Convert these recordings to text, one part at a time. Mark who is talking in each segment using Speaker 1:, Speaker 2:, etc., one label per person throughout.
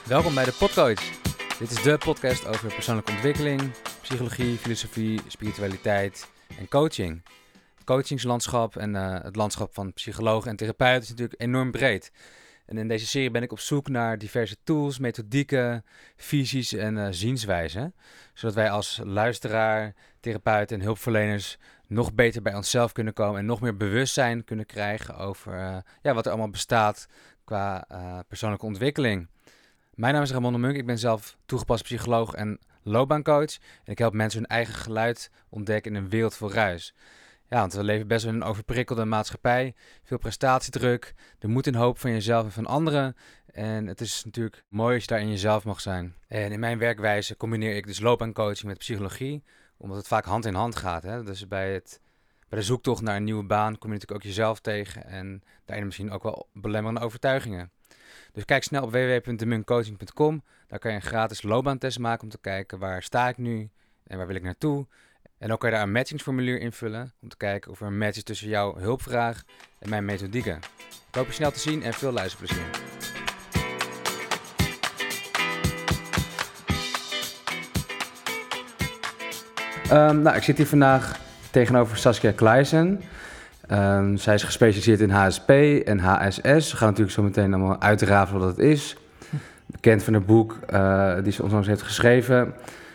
Speaker 1: Welkom bij de Podcoach. Dit is de podcast over persoonlijke ontwikkeling, psychologie, filosofie, spiritualiteit en coaching. Het coachingslandschap en het landschap van psychologen en therapeuten is natuurlijk enorm breed. En in deze serie ben ik op zoek naar diverse tools, methodieken, visies en zienswijzen. Zodat wij als luisteraar, therapeuten en hulpverleners nog beter bij onszelf kunnen komen en nog meer bewustzijn kunnen krijgen over wat er allemaal bestaat qua persoonlijke ontwikkeling. Mijn naam is Ramon de Munk, ik ben zelf toegepast psycholoog en loopbaancoach. En ik help mensen hun eigen geluid ontdekken in een wereld vol ruis. Ja, want we leven best wel in een overprikkelde maatschappij. Veel prestatiedruk, de moed en hoop van jezelf en van anderen. En het is natuurlijk mooi als je daar in jezelf mag zijn. En in mijn werkwijze combineer ik dus loopbaancoaching met psychologie. Omdat het vaak hand in hand gaat. Hè? Dus bij de zoektocht naar een nieuwe baan kom je natuurlijk ook jezelf tegen. En daarin misschien ook wel belemmerende overtuigingen. Dus kijk snel op www.demunkcoaching.com. Daar kan je een gratis loopbaantest maken om te kijken waar sta ik nu en waar wil ik naartoe. En ook kan je daar een matchingsformulier invullen om te kijken of er een match is tussen jouw hulpvraag en mijn methodieken. Ik hoop je snel te zien en veel luisterplezier. Ik zit hier vandaag tegenover Saskia Kleijsen. Zij is gespecialiseerd in HSP en HSS. We gaan natuurlijk zo meteen allemaal uitrafelen wat het is. Bekend van het boek die ze onlangs heeft geschreven.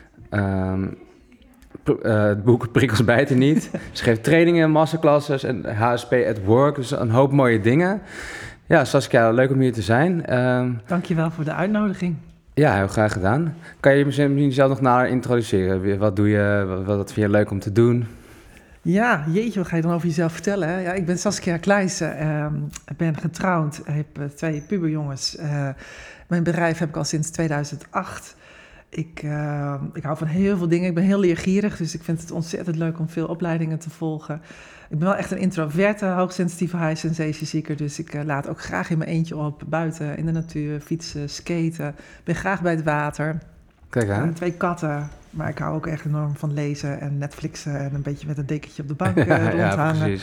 Speaker 1: Het boek Prikkels bijten niet. Ze geeft trainingen, masterclasses en HSP at work. Dus een hoop mooie dingen. Ja, Saskia, leuk om hier te zijn.
Speaker 2: Dankjewel voor de uitnodiging.
Speaker 1: Ja, heel graag gedaan. Kan je misschien zelf nog nader introduceren? Wat doe je? Wat vind je leuk om te doen?
Speaker 2: Ja, jeetje, wat ga je dan over jezelf vertellen? Hè? Ja, ik ben Saskia Kleijsen, ben getrouwd, heb 2 puberjongens. Mijn bedrijf heb ik al sinds 2008. Ik hou van heel veel dingen, ik ben heel leergierig, dus ik vind het ontzettend leuk om veel opleidingen te volgen. Ik ben wel echt een introverte, hoogsensitieve high sensation seeker, dus ik laat ook graag in mijn eentje op, buiten, in de natuur, fietsen, skaten. Ben graag bij het water.
Speaker 1: Kijk aan.
Speaker 2: 2 katten. Maar ik hou ook echt enorm van lezen en Netflixen en een beetje met een dekentje op de bank rondhangen.
Speaker 1: Ja, precies.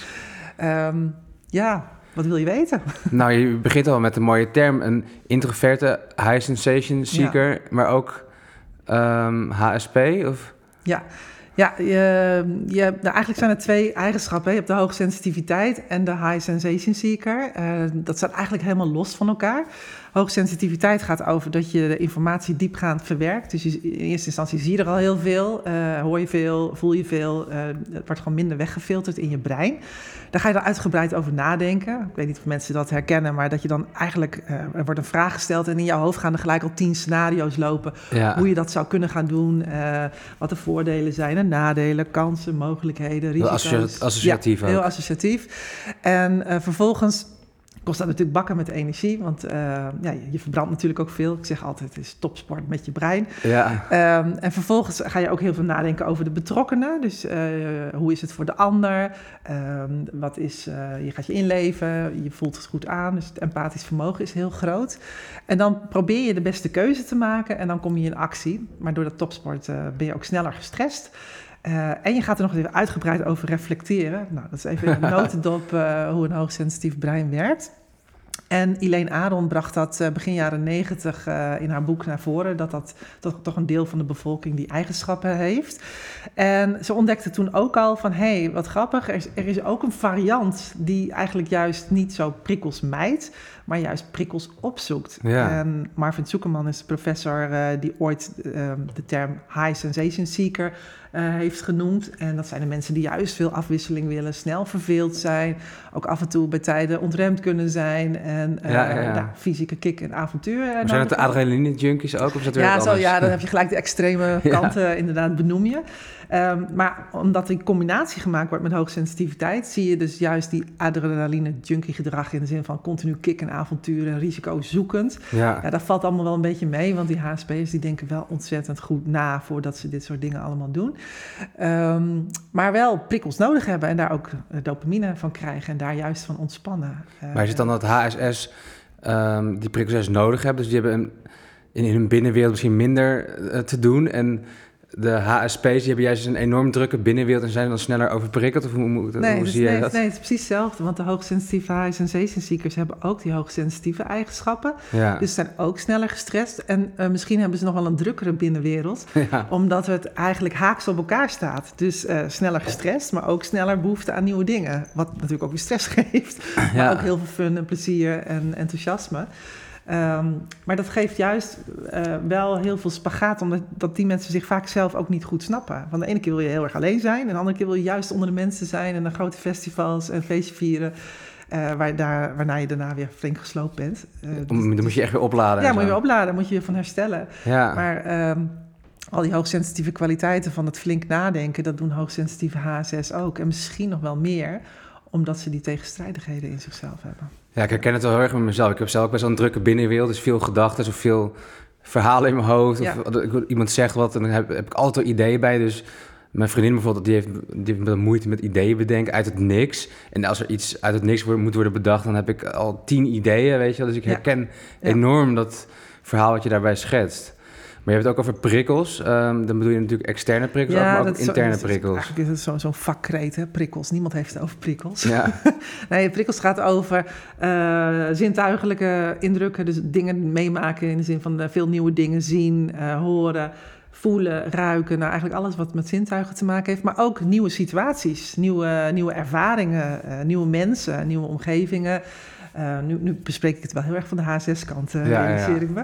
Speaker 2: Wat wil je weten?
Speaker 1: Nou, je begint al met een mooie term. Een introverte high sensation seeker, maar ook HSP? Of?
Speaker 2: Ja, eigenlijk zijn er 2 eigenschappen. Je hebt de hoogsensitiviteit en de high sensation seeker. Dat staat eigenlijk helemaal los van elkaar. Hoogsensitiviteit gaat over dat je de informatie diepgaand verwerkt. Dus in eerste instantie zie je er al heel veel, hoor je veel, voel je veel. Het wordt gewoon minder weggefilterd in je brein. Daar ga je dan uitgebreid over nadenken. Ik weet niet of mensen dat herkennen, maar dat je dan eigenlijk... er wordt een vraag gesteld en in jouw hoofd gaan er gelijk al 10 scenario's lopen. Ja. Hoe je dat zou kunnen gaan doen, wat de voordelen zijn en nadelen, kansen, mogelijkheden, risico's.
Speaker 1: Heel associatief ook.
Speaker 2: Heel associatief. En vervolgens... kost dat natuurlijk bakken met energie, want je verbrandt natuurlijk ook veel. Ik zeg altijd, het is topsport met je brein.
Speaker 1: Ja.
Speaker 2: En vervolgens ga je ook heel veel nadenken over de betrokkenen. Dus hoe is het voor de ander? Je gaat je inleven, je voelt het goed aan. Dus het empathisch vermogen is heel groot. En dan probeer je de beste keuze te maken en dan kom je in actie. Maar door dat topsport ben je ook sneller gestrest. En je gaat er nog even uitgebreid over reflecteren. Nou, dat is even een notendop hoe een hoogsensitief brein werkt. En Elaine Aron bracht dat begin jaren 90 in haar boek naar voren... dat toch een deel van de bevolking die eigenschappen heeft. En ze ontdekte toen ook al van... wat grappig, er is ook een variant die eigenlijk juist niet zo prikkels mijdt... maar juist prikkels opzoekt.
Speaker 1: Ja.
Speaker 2: En Marvin Zuckerman is de professor die ooit de term high sensation seeker... heeft genoemd. En dat zijn de mensen die juist veel afwisseling willen, snel verveeld zijn, ook af en toe bij tijden ontremd kunnen zijn en fysieke kick en avontuur.
Speaker 1: Zijn het de adrenaline junkies ook? Of is dat weer anders?
Speaker 2: Dan heb je gelijk de extreme kanten, inderdaad, benoem je. Maar omdat die combinatie gemaakt wordt met hoogsensitiviteit, zie je dus juist die adrenaline junkie gedrag in de zin van continu kick en avontuur en risico zoekend. Ja, dat valt allemaal wel een beetje mee, want die HSP'ers die denken wel ontzettend goed na voordat ze dit soort dingen allemaal doen. Maar wel prikkels nodig hebben en daar ook dopamine van krijgen en daar juist van ontspannen.
Speaker 1: Maar is het dan dat HSS die prikkels juist nodig hebben? Dus die hebben in hun binnenwereld misschien minder te doen en de HSP's die hebben juist een enorm drukke binnenwereld en zijn dan sneller overprikkeld? Of hoe zie jij dat?
Speaker 2: Nee, het is precies hetzelfde. Want de hoogsensitieve high sensation seekers hebben ook die hoogsensitieve eigenschappen.
Speaker 1: Ja.
Speaker 2: Dus zijn ook sneller gestrest. En misschien hebben ze nog wel een drukkere binnenwereld.
Speaker 1: Ja.
Speaker 2: Omdat het eigenlijk haaks op elkaar staat. Dus sneller gestrest, maar ook sneller behoefte aan nieuwe dingen. Wat natuurlijk ook weer stress geeft. Maar ook heel veel fun en plezier en enthousiasme. Maar dat geeft juist wel heel veel spagaat, omdat die mensen zich vaak zelf ook niet goed snappen. Van de ene keer wil je heel erg alleen zijn, en de andere keer wil je juist onder de mensen zijn en naar grote festivals en feestje vieren, waarna je daarna weer flink gesloopt bent.
Speaker 1: Dan moet je echt weer opladen.
Speaker 2: Ja, moet je weer opladen, moet je je van herstellen.
Speaker 1: Ja.
Speaker 2: Maar al die hoogsensitieve kwaliteiten van het flink nadenken, dat doen hoogsensitieve HSS ook. En misschien nog wel meer, omdat ze die tegenstrijdigheden in zichzelf hebben.
Speaker 1: Ja, ik herken het wel heel erg met mezelf. Ik heb zelf ook best wel een drukke binnenwereld. Dus veel gedachten, of veel verhalen in mijn hoofd.
Speaker 2: Ja.
Speaker 1: Of iemand zegt wat en dan heb ik altijd wel ideeën bij. Dus mijn vriendin bijvoorbeeld, die heeft moeite met ideeën bedenken uit het niks. En als er iets uit het niks moet worden bedacht, dan heb ik al 10 ideeën, weet je wel. Dus ik herken enorm dat verhaal wat je daarbij schetst. Maar je hebt het ook over prikkels. Dan bedoel je natuurlijk externe prikkels, maar ook interne prikkels.
Speaker 2: Eigenlijk is het zo'n vakkreet, hè? Prikkels. Niemand heeft het over prikkels.
Speaker 1: Ja.
Speaker 2: Nee, prikkels gaat over zintuigelijke indrukken. Dus dingen meemaken in de zin van veel nieuwe dingen zien, horen, voelen, ruiken. Nou, eigenlijk alles wat met zintuigen te maken heeft. Maar ook nieuwe situaties, nieuwe ervaringen, nieuwe mensen, nieuwe omgevingen. Nu bespreek ik het wel heel erg van de HSS-kant, realiseer ik me.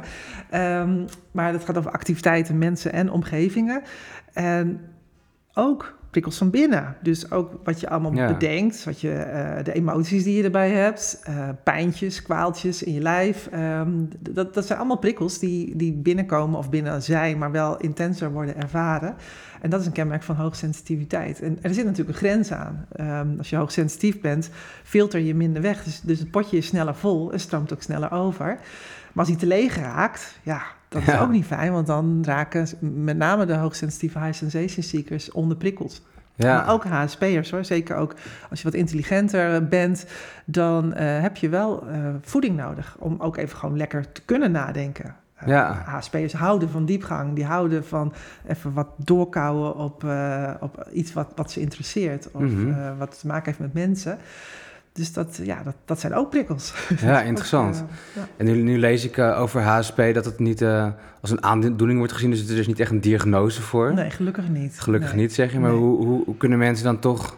Speaker 2: Maar dat gaat over activiteiten, mensen en omgevingen. En ook prikkels van binnen. Dus ook wat je allemaal bedenkt, de emoties die je erbij hebt, pijntjes, kwaaltjes in je lijf. Dat zijn allemaal prikkels die binnenkomen of binnen zijn, maar wel intenser worden ervaren. En dat is een kenmerk van hoogsensitiviteit. En er zit natuurlijk een grens aan. Als je hoogsensitief bent, filter je minder weg. Dus het potje is sneller vol en stroomt ook sneller over. Maar als hij te leeg raakt, dat is ook niet fijn. Want dan raken met name de hoogsensitieve high sensation seekers onderprikkeld. Ja. Maar ook HSP'ers hoor. Zeker ook als je wat intelligenter bent, dan heb je wel voeding nodig om ook even gewoon lekker te kunnen nadenken. HSP'ers houden van diepgang. Die houden van even wat doorkouwen op iets wat ze interesseert. Of wat te maken heeft met mensen. Dus dat zijn ook prikkels.
Speaker 1: Ja, interessant. En nu lees ik over HSP dat het niet als een aandoening wordt gezien. Dus er is niet echt een diagnose voor.
Speaker 2: Nee, gelukkig niet.
Speaker 1: Gelukkig niet, zeg je. Maar hoe kunnen mensen dan toch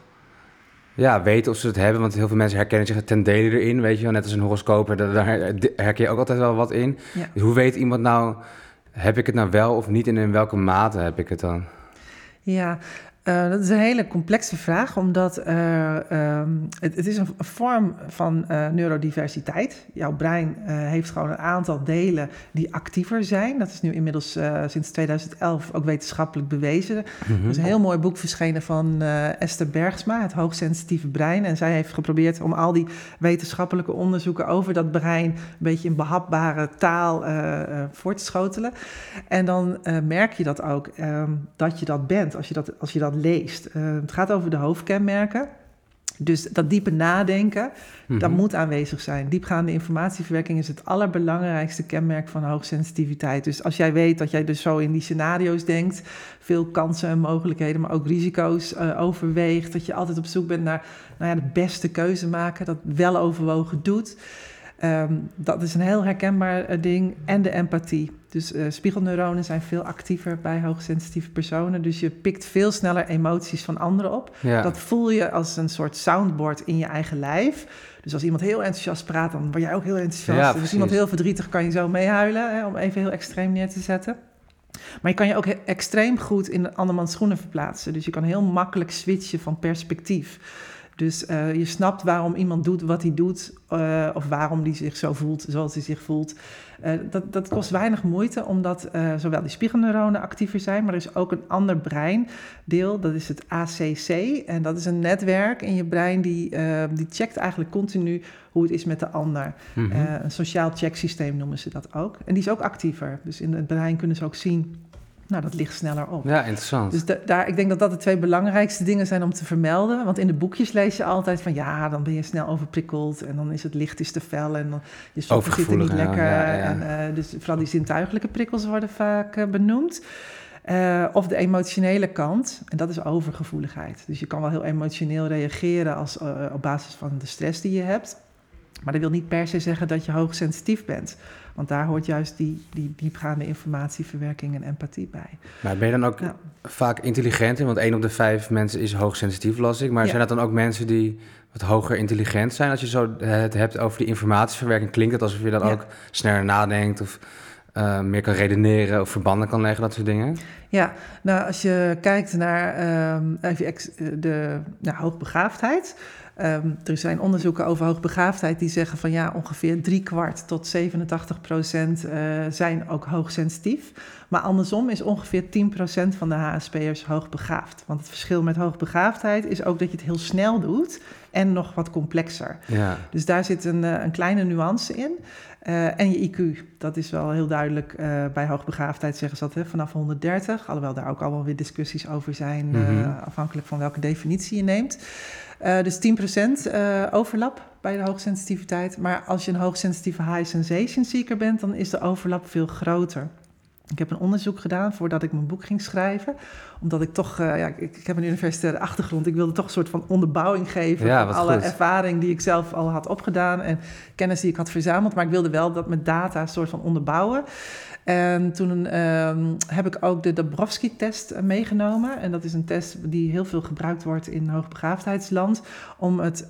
Speaker 1: weten of ze het hebben? Want heel veel mensen herkennen zich ten dele erin. Weet je wel, net als een horoscoop. Daar herken je ook altijd wel wat in. Ja. Dus hoe weet iemand nou, heb ik het nou wel of niet? En in welke mate heb ik het dan?
Speaker 2: Ja, dat is een hele complexe vraag, omdat het is een vorm van neurodiversiteit. Jouw brein heeft gewoon een aantal delen die actiever zijn. Dat is nu inmiddels sinds 2011 ook wetenschappelijk bewezen. Er is een heel mooi boek verschenen van Esther Bergsma, Het hoogsensitieve brein. En zij heeft geprobeerd om al die wetenschappelijke onderzoeken over dat brein een beetje in behapbare taal voor te schotelen. En dan merk je dat ook, dat je dat bent als je dat leest. Het gaat over de hoofdkenmerken. Dus dat diepe nadenken, dat moet aanwezig zijn. Diepgaande informatieverwerking is het allerbelangrijkste kenmerk van hoogsensitiviteit. Dus als jij weet dat jij dus zo in die scenario's denkt, veel kansen en mogelijkheden, maar ook risico's overweegt, dat je altijd op zoek bent naar de beste keuze maken, dat wel overwogen doet. Dat is een heel herkenbaar ding. En de empathie. Dus spiegelneuronen zijn veel actiever bij hoogsensitieve personen. Dus je pikt veel sneller emoties van anderen op. Ja. Dat voel je als een soort soundboard in je eigen lijf. Dus als iemand heel enthousiast praat, dan word jij ook heel enthousiast. Ja, als iemand heel verdrietig, kan je zo meehuilen, om even heel extreem neer te zetten. Maar je kan je ook extreem goed in een andermans schoenen verplaatsen. Dus je kan heel makkelijk switchen van perspectief. Dus je snapt waarom iemand doet wat hij doet, of waarom hij zich zo voelt zoals hij zich voelt. Dat kost weinig moeite, omdat zowel die spiegelneuronen actiever zijn, maar er is ook een ander breindeel, dat is het ACC. En dat is een netwerk in je brein die checkt eigenlijk continu hoe het is met de ander. Een sociaal checksysteem noemen ze dat ook. En die is ook actiever. Dus in het brein kunnen ze ook zien, dat ligt sneller op.
Speaker 1: Ja, interessant.
Speaker 2: Dus ik denk dat dat de 2 belangrijkste dingen zijn om te vermelden. Want in de boekjes lees je altijd van dan ben je snel overprikkeld en dan is het licht is te fel en dan je stoffen zitten niet lekker. Ja. En, dus vooral die zintuigelijke prikkels worden vaak benoemd. Of de emotionele kant, en dat is overgevoeligheid. Dus je kan wel heel emotioneel reageren op basis van de stress die je hebt. Maar dat wil niet per se zeggen dat je hoogsensitief bent. Want daar hoort juist die diepgaande informatieverwerking en empathie bij.
Speaker 1: Maar ben je dan ook vaak intelligenter? Want 1 op de 5 mensen is hoogsensitief, las ik. Maar zijn dat dan ook mensen die wat hoger intelligent zijn? Als je zo het hebt over die informatieverwerking, klinkt het alsof je dan ook sneller nadenkt of meer kan redeneren of verbanden kan leggen, dat soort dingen?
Speaker 2: Ja, nou als je kijkt naar de hoogbegaafdheid. Er zijn onderzoeken over hoogbegaafdheid die zeggen van ongeveer 3/4 tot 87% zijn ook hoogsensitief. Maar andersom is ongeveer 10% van de HSP'ers hoogbegaafd. Want het verschil met hoogbegaafdheid is ook dat je het heel snel doet en nog wat complexer. Ja. Dus daar zit een kleine nuance in. En je IQ, dat is wel heel duidelijk bij hoogbegaafdheid, zeggen ze dat, vanaf 130. Alhoewel daar ook al wel weer discussies over zijn, afhankelijk van welke definitie je neemt. Dus 10% overlap bij de hoogsensitiviteit. Maar als je een hoogsensitieve high sensation seeker bent, dan is de overlap veel groter. Ik heb een onderzoek gedaan voordat ik mijn boek ging schrijven. Omdat ik toch, ik heb een universitaire achtergrond. Ik wilde toch een soort van onderbouwing geven van alle ervaring die ik zelf al had opgedaan en kennis die ik had verzameld. Maar ik wilde wel dat met data een soort van onderbouwen. En toen heb ik ook de Dabrowski-test meegenomen. En dat is een test die heel veel gebruikt wordt in hoogbegaafdheidsland om het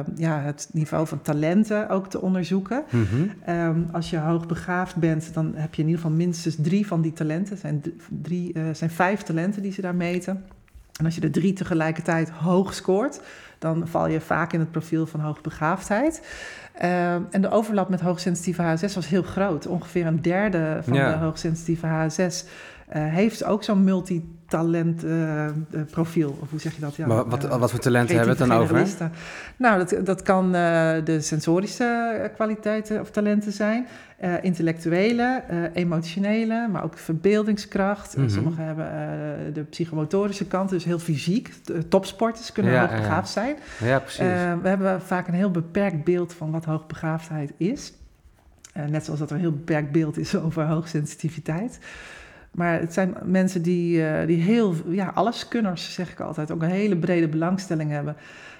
Speaker 2: niveau van talenten ook te onderzoeken. Mm-hmm. Als je hoogbegaafd bent, dan heb je in ieder geval minstens 3 van die talenten. Het zijn 5 talenten die ze daar meten. En als je de 3 tegelijkertijd hoog scoort, dan val je vaak in het profiel van hoogbegaafdheid. En de overlap met hoogsensitieve HSS was heel groot. Ongeveer een derde van de hoogsensitieve HSS heeft ook zo'n multitalent profiel. Of hoe zeg je dat? Ja,
Speaker 1: maar wat voor talenten hebben we het dan over?
Speaker 2: Nou, dat kan de sensorische kwaliteiten of talenten zijn. Intellectuele, emotionele, maar ook verbeeldingskracht. Mm-hmm. Sommigen hebben de psychomotorische kant, dus heel fysiek. Topsporters kunnen hoogbegaafd zijn.
Speaker 1: Ja, precies.
Speaker 2: We hebben vaak een heel beperkt beeld van wat hoogbegaafdheid is. Net zoals dat er een heel beperkt beeld is over hoogsensitiviteit. Maar het zijn mensen die heel, alleskunners, zeg ik altijd, ook een hele brede belangstelling hebben.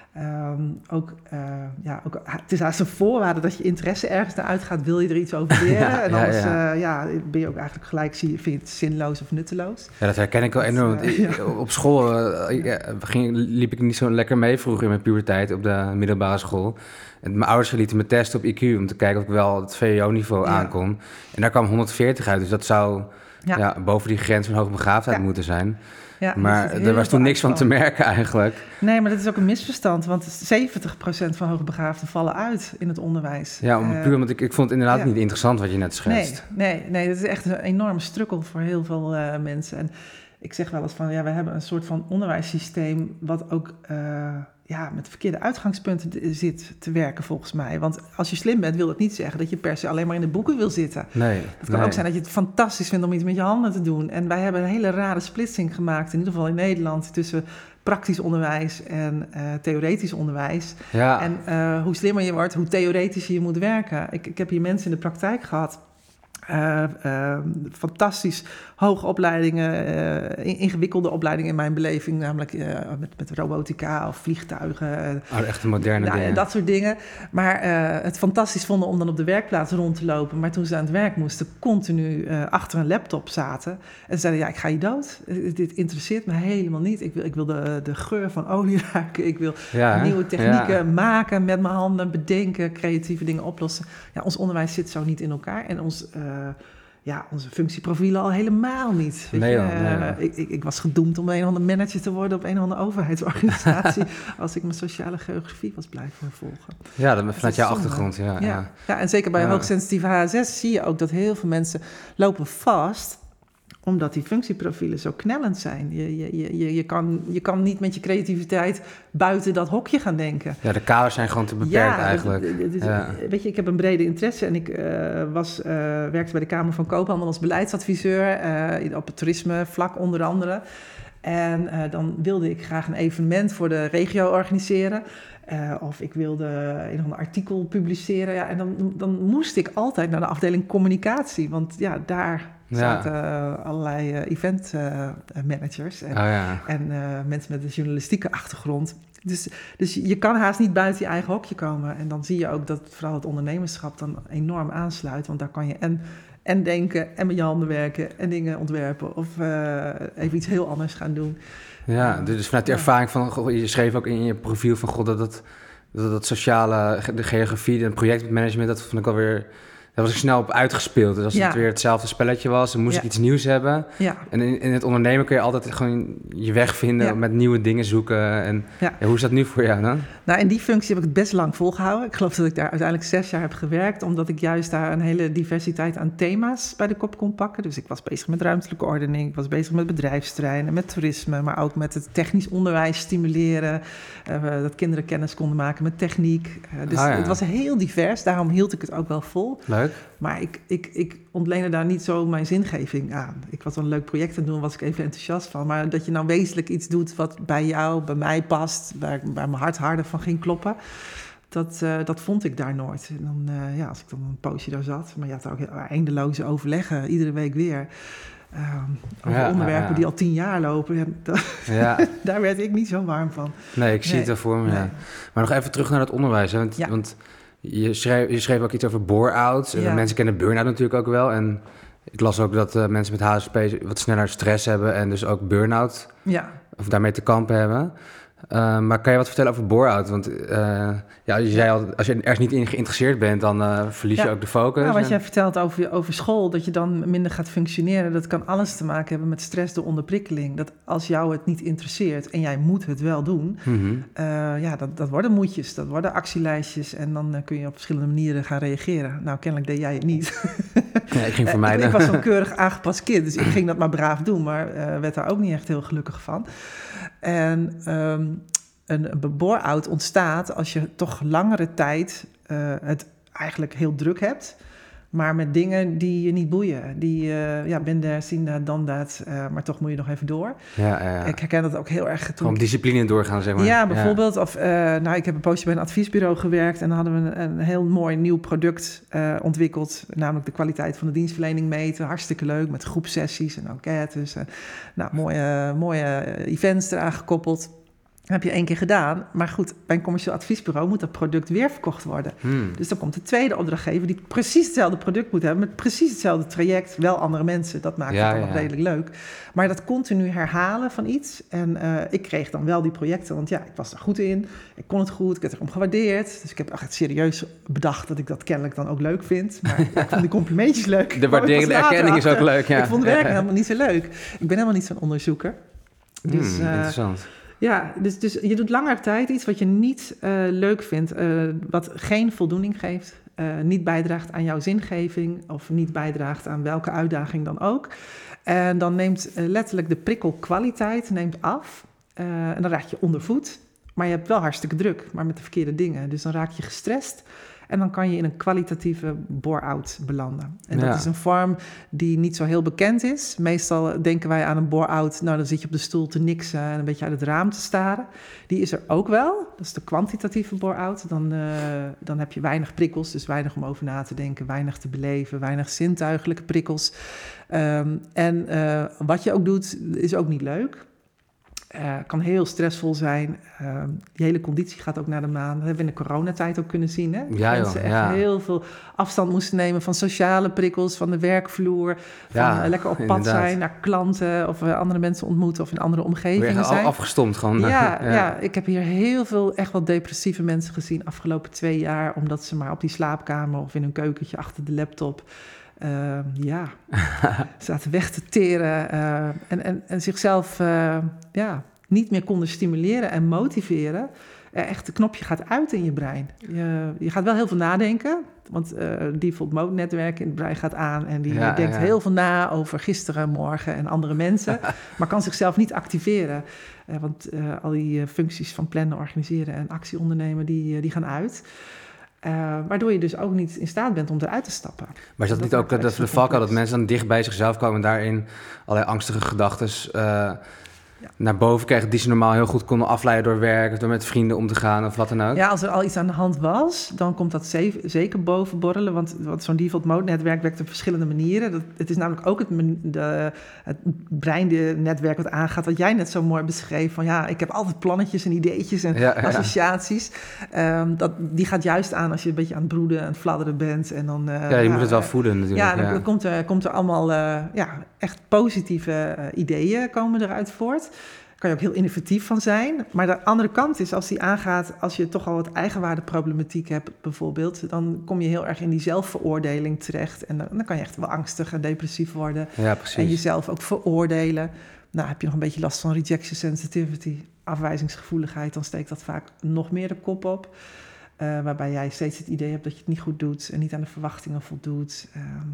Speaker 2: Het is haast een voorwaarde dat je interesse ergens naar uitgaat, wil je er iets over leren. En anders ben je ook eigenlijk gelijk, vind je het zinloos of nutteloos. Ja,
Speaker 1: dat herken ik wel enorm. Op school liep ik niet zo lekker mee vroeger in mijn puberteit op de middelbare school. En mijn ouders lieten me testen op IQ om te kijken of ik wel het VWO-niveau aankom. En daar kwam 140 uit, dus dat zou boven die grens van hoogbegaafdheid moeten zijn. Ja, maar er was toen niks van te merken eigenlijk.
Speaker 2: Nee, maar dat is ook een misverstand, want 70% van hoogbegaafden vallen uit in het onderwijs.
Speaker 1: Ja, puur omdat ik vond het inderdaad niet interessant wat je net schetst.
Speaker 2: Nee, dat is echt een enorme struggle voor heel veel mensen. En ik zeg wel eens van, we hebben een soort van onderwijssysteem wat ook met verkeerde uitgangspunten zit te werken volgens mij. Want als je slim bent, wil dat niet zeggen dat je per se alleen maar in de boeken wil zitten. Het kan ook zijn dat je het fantastisch vindt om iets met je handen te doen. En wij hebben een hele rare splitsing gemaakt, in ieder geval in Nederland, tussen praktisch onderwijs en theoretisch onderwijs. Ja. En hoe slimmer je wordt, hoe theoretischer je moet werken. Ik heb hier mensen in de praktijk gehad. Fantastisch hoge opleidingen, ingewikkelde opleidingen in mijn beleving, namelijk met robotica of vliegtuigen.
Speaker 1: Echt een moderne dingen.
Speaker 2: Dat soort dingen. Maar het fantastisch vonden om dan op de werkplaats rond te lopen. Maar toen ze aan het werk moesten, continu achter een laptop zaten. En ze zeiden, ik ga je dood. Dit interesseert me helemaal niet. Ik wil de geur van olie ruiken. Ik wil nieuwe technieken maken met mijn handen, bedenken, creatieve dingen oplossen. Ja, ons onderwijs zit zo niet in elkaar. En onze functieprofielen al helemaal niet. Ik was gedoemd om een of andere manager te worden op een of andere overheidsorganisatie als ik mijn sociale geografie was blijven volgen.
Speaker 1: Ja, dat vanuit jouw achtergrond.
Speaker 2: Ja, en zeker bij hoogsensitieve HSS zie je ook dat heel veel mensen lopen vast omdat die functieprofielen zo knellend zijn. Je kan niet met je creativiteit buiten dat hokje gaan denken.
Speaker 1: Ja, de kaders zijn gewoon te beperkt eigenlijk.
Speaker 2: Weet je, ik heb een brede interesse en ik werkte bij de Kamer van Koophandel als beleidsadviseur op het toerismevlak onder andere. En dan wilde ik graag een evenement voor de regio organiseren. Of ik wilde een artikel publiceren. Ja, en dan moest ik altijd naar de afdeling communicatie. Want daar Er zaten allerlei event managers en mensen met een journalistieke achtergrond. Dus je kan haast niet buiten je eigen hokje komen. En dan zie je ook dat vooral het ondernemerschap dan enorm aansluit. Want daar kan je en denken en met je handen werken en dingen ontwerpen. Of even iets heel anders gaan doen.
Speaker 1: Ja, dus vanuit de ervaring van... Je schreef ook in je profiel van... Dat sociale, de geografie en projectmanagement... Dat vond ik alweer... Daar was ik snel op uitgespeeld. Dus als het weer hetzelfde spelletje was, dan moest ik iets nieuws hebben. Ja. En in het ondernemen kun je altijd gewoon je weg vinden, met nieuwe dingen zoeken. En hoe is dat nu voor jou dan?
Speaker 2: Nou, in die functie heb ik het best lang volgehouden. Ik geloof dat ik daar uiteindelijk 6 jaar heb gewerkt, omdat ik juist daar een hele diversiteit aan thema's bij de kop kon pakken. Dus ik was bezig met ruimtelijke ordening, ik was bezig met bedrijfsterreinen, met toerisme, maar ook met het technisch onderwijs stimuleren. Dat kinderen kennis konden maken met techniek. Het was heel divers, daarom hield ik het ook wel vol.
Speaker 1: Leuk.
Speaker 2: Maar ik ontleende daar niet zo mijn zingeving aan. Ik was een leuk project aan het doen, was ik even enthousiast van. Maar dat je nou wezenlijk iets doet wat bij jou, bij mij past, waar mijn hart harder van ging kloppen, dat vond ik daar nooit. En dan, als ik dan een poosje daar zat, maar je had ook eindeloze overleggen, iedere week weer. Over onderwerpen die al 10 jaar lopen. Daar werd ik niet zo warm van.
Speaker 1: Nee, ik zie het ervoor me. Nee. Maar nog even terug naar het onderwijs. Hè? Want je schreef ook iets over bore-outs. Mensen kennen burn-out natuurlijk ook wel. En ik las ook dat mensen met HSP wat sneller stress hebben... en dus ook burn-out of daarmee te kampen hebben. Maar kan je wat vertellen over bore-out? Want je zei al, als je ergens niet in geïnteresseerd bent... dan verlies je ook de focus.
Speaker 2: Nou, wat jij vertelt over school, dat je dan minder gaat functioneren... dat kan alles te maken hebben met stress door onderprikkeling. Dat als jou het niet interesseert en jij moet het wel doen... dat worden moedjes, dat worden actielijstjes... en dan kun je op verschillende manieren gaan reageren. Nou, kennelijk deed jij het niet.
Speaker 1: Nee, ik ging vermijden.
Speaker 2: Ik was zo'n keurig aangepast kind, dus ik ging dat maar braaf doen... maar werd daar ook niet echt heel gelukkig van. En een bore-out ontstaat als je toch langere tijd het eigenlijk heel druk hebt... maar met dingen die je niet boeien. Die, ben daar, zien daar, dan dat, maar toch moet je nog even door.
Speaker 1: Ja.
Speaker 2: Ik herken dat ook heel erg.
Speaker 1: Gewoon discipline in doorgaan, zeg maar.
Speaker 2: Ja, bijvoorbeeld. Of, ik heb een poosje bij een adviesbureau gewerkt... en dan hadden we een heel mooi nieuw product ontwikkeld... namelijk de kwaliteit van de dienstverlening meten. Hartstikke leuk, met groepsessies en enquêtes. Mooie events eraan gekoppeld... Dat heb je 1 keer gedaan. Maar goed, bij een commercieel adviesbureau moet dat product weer verkocht worden. Dus dan komt de tweede opdrachtgever die precies hetzelfde product moet hebben... met precies hetzelfde traject, wel andere mensen. Dat maakt het dan nog redelijk leuk. Maar dat continu herhalen van iets. En ik kreeg dan wel die projecten, want ik was er goed in. Ik kon het goed, ik werd erom gewaardeerd. Dus ik heb echt serieus bedacht dat ik dat kennelijk dan ook leuk vind. Maar ik vond die complimentjes leuk.
Speaker 1: De waardering, de erkenning is ook leuk,
Speaker 2: Ik vond het werk helemaal niet zo leuk. Ik ben helemaal niet zo'n onderzoeker. Dus,
Speaker 1: interessant.
Speaker 2: Ja, dus je doet langer tijd iets wat je niet leuk vindt, wat geen voldoening geeft, niet bijdraagt aan jouw zingeving of niet bijdraagt aan welke uitdaging dan ook. En dan neemt letterlijk de prikkelkwaliteit af en dan raak je onder voet, maar je hebt wel hartstikke druk, maar met de verkeerde dingen. Dus dan raak je gestrest. En dan kan je in een kwalitatieve bore-out belanden. En dat is een vorm die niet zo heel bekend is. Meestal denken wij aan een bore-out... dan zit je op de stoel te niksen en een beetje uit het raam te staren. Die is er ook wel. Dat is de kwantitatieve bore-out. Dan heb je weinig prikkels, dus weinig om over na te denken... weinig te beleven, weinig zintuigelijke prikkels. Wat je ook doet, is ook niet leuk... kan heel stressvol zijn. Die hele conditie gaat ook naar de maan. Dat hebben we in de coronatijd ook kunnen zien. Hè? Mensen echt heel veel afstand moesten nemen van sociale prikkels, van de werkvloer. Van lekker op pad zijn naar klanten of andere mensen ontmoeten of in andere omgevingen zijn.
Speaker 1: Afgestomd gewoon.
Speaker 2: Ja, ik heb hier heel veel echt wel depressieve mensen gezien afgelopen 2 jaar. Omdat ze maar op die slaapkamer of in hun keukentje achter de laptop... zaten weg te teren en zichzelf niet meer konden stimuleren en motiveren. Echt, het knopje gaat uit in je brein. Je gaat wel heel veel nadenken, want default mode netwerk in het brein gaat aan en die denkt heel veel na over gisteren, morgen en andere mensen, maar kan zichzelf niet activeren. Want al die functies van plannen, organiseren en actie ondernemen, die gaan uit. Waardoor je dus ook niet in staat bent om eruit te stappen.
Speaker 1: Maar is dat niet ook de valkuil dat mensen dan dicht bij zichzelf komen... en daarin allerlei angstige gedachten naar boven krijgen die ze normaal heel goed konden afleiden door werk, of door met vrienden om te gaan of wat dan ook.
Speaker 2: Ja, als er al iets aan de hand was, dan komt dat zeker boven borrelen. Want zo'n default mode netwerk werkt op verschillende manieren. Het is namelijk ook het breindetwerk wat aangaat, wat jij net zo mooi beschreef. Van ja, ik heb altijd plannetjes en ideetjes en associaties. Die gaat juist aan als je een beetje aan het broeden en het fladderen bent. En dan,
Speaker 1: je moet het wel voeden natuurlijk.
Speaker 2: Ja, dan komt er allemaal echt positieve ideeën komen eruit voort. Daar kan je ook heel innovatief van zijn. Maar de andere kant is, als die aangaat, als je toch al wat eigenwaardeproblematiek hebt bijvoorbeeld, dan kom je heel erg in die zelfveroordeling terecht. En dan kan je echt wel angstig en depressief worden. Ja, precies. En jezelf ook veroordelen. Nou, heb je nog een beetje last van rejection sensitivity, afwijzingsgevoeligheid, dan steekt dat vaak nog meer de kop op. Waarbij jij steeds het idee hebt dat je het niet goed doet en niet aan de verwachtingen voldoet.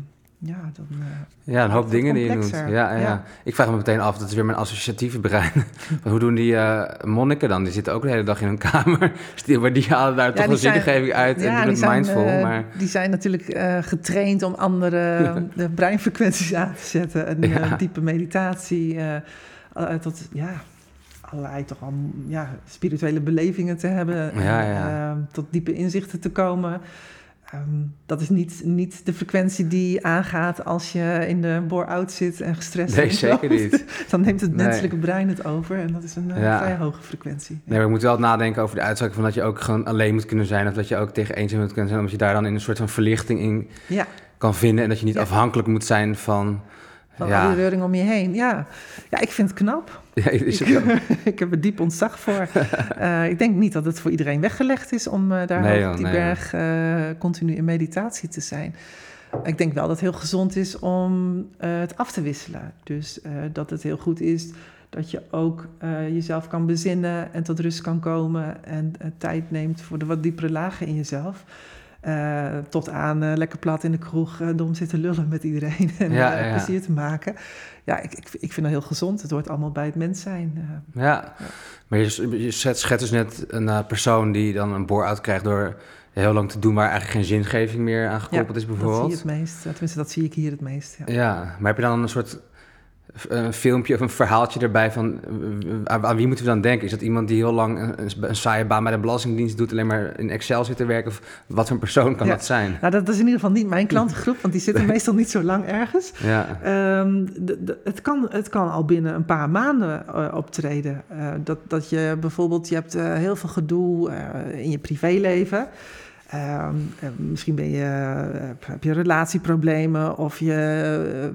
Speaker 1: Een hoop dingen die je doet. Ja. Ik vraag me meteen af, dat is weer mijn associatieve brein. Hoe doen die monniken dan? Die zitten ook de hele dag in hun kamer. Maar die halen daar toch een zingeving uit en doen het mindful. Maar
Speaker 2: die zijn natuurlijk getraind om andere de breinfrequenties aan te zetten. En diepe meditatie tot allerlei toch al spirituele belevingen te hebben. Tot diepe inzichten te komen. Dat is niet de frequentie die aangaat als je in de bore-out zit en gestrest bent.
Speaker 1: Nee, zeker niet.
Speaker 2: Dan neemt het menselijke brein het over en dat is een vrij hoge frequentie.
Speaker 1: Nee, maar je moet wel nadenken over de uitspraak van dat je ook gewoon alleen moet kunnen zijn of dat je ook tegen eenzaam moet kunnen zijn, omdat je daar dan in een soort van verlichting in kan vinden en dat je niet afhankelijk moet zijn van
Speaker 2: al die reuring om je heen. Ja, ik vind het knap.
Speaker 1: Ja, is het
Speaker 2: ik heb er diep ontzag voor. Ik denk niet dat het voor iedereen weggelegd is om daar op die berg continu in meditatie te zijn. Ik denk wel dat het heel gezond is om het af te wisselen. Dus dat het heel goed is dat je ook jezelf kan bezinnen en tot rust kan komen en tijd neemt voor de wat diepere lagen in jezelf. Tot aan lekker plat in de kroeg dom zitten lullen met iedereen en plezier te maken. Ja, ik vind dat heel gezond. Het hoort allemaal bij het mens zijn.
Speaker 1: Maar je schetst dus net een persoon die dan een bore-out krijgt door heel lang te doen waar eigenlijk geen zingeving meer aan gekoppeld is bijvoorbeeld.
Speaker 2: Dat zie je het meest. Tenminste, dat zie ik hier het meest.
Speaker 1: Ja, maar heb je dan een soort een filmpje of een verhaaltje erbij van aan wie moeten we dan denken? Is dat iemand die heel lang een saaie baan bij de Belastingdienst doet, alleen maar in Excel zit te werken? Of wat voor een persoon kan dat zijn?
Speaker 2: Nou, dat is in ieder geval niet mijn klantengroep, want die zitten meestal niet zo lang ergens. Ja. Het kan al binnen een paar maanden optreden. Dat je bijvoorbeeld, je hebt heel veel gedoe in je privéleven. Misschien heb je relatieproblemen of je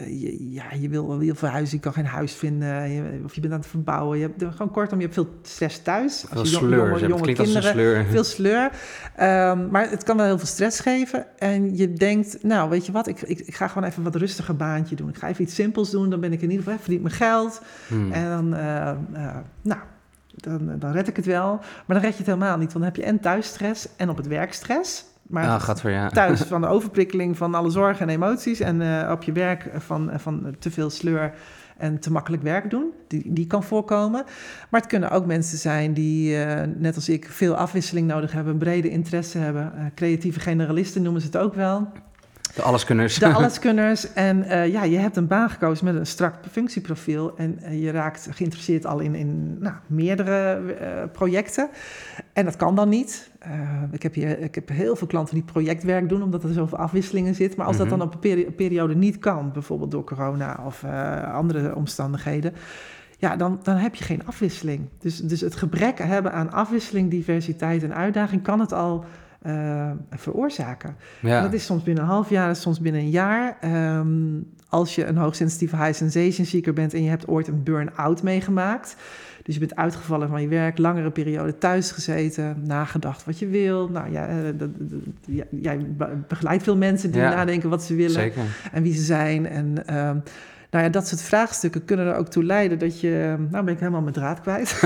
Speaker 2: wil verhuizen, je kan geen huis vinden, of je bent aan het verbouwen. Je hebt gewoon kortom, je hebt veel stress thuis.
Speaker 1: Veel sleur, jonge kinderen,
Speaker 2: veel sleur. Maar het kan wel heel veel stress geven. En je denkt, nou weet je wat, ik ga gewoon even wat rustiger baantje doen. Ik ga even iets simpels doen, dan ben ik in ieder geval verdien mijn geld. En dan, dan red ik het wel. Maar dan red je het helemaal niet. Want dan heb je en thuisstress en op het werk stress. Maar thuis van de overprikkeling van alle zorgen en emoties. En op je werk van te veel sleur en te makkelijk werk doen. Die kan voorkomen. Maar het kunnen ook mensen zijn die, net als ik, veel afwisseling nodig hebben. Brede interesse hebben. Creatieve generalisten noemen ze het ook wel.
Speaker 1: De alleskunners.
Speaker 2: De alleskunners. En je hebt een baan gekozen met een strak functieprofiel. En je raakt geïnteresseerd al in meerdere projecten. En dat kan dan niet. Ik heb heel veel klanten die projectwerk doen, omdat er zoveel afwisselingen zit. Maar als dat dan op een periode niet kan, bijvoorbeeld door corona of andere omstandigheden, dan heb je geen afwisseling. Dus het gebrek hebben aan afwisseling, diversiteit en uitdaging kan het al veroorzaken. Ja. En dat is soms binnen een half jaar, soms binnen een jaar. Als je een hoogsensitieve high sensation seeker bent en je hebt ooit een burn-out meegemaakt, dus je bent uitgevallen van je werk, langere periode thuis gezeten, nagedacht wat je wil. Nou jij begeleidt veel mensen die nadenken wat ze willen en wie ze zijn. En dat soort vraagstukken kunnen er ook toe leiden dat je... Nou ben ik helemaal mijn draad kwijt.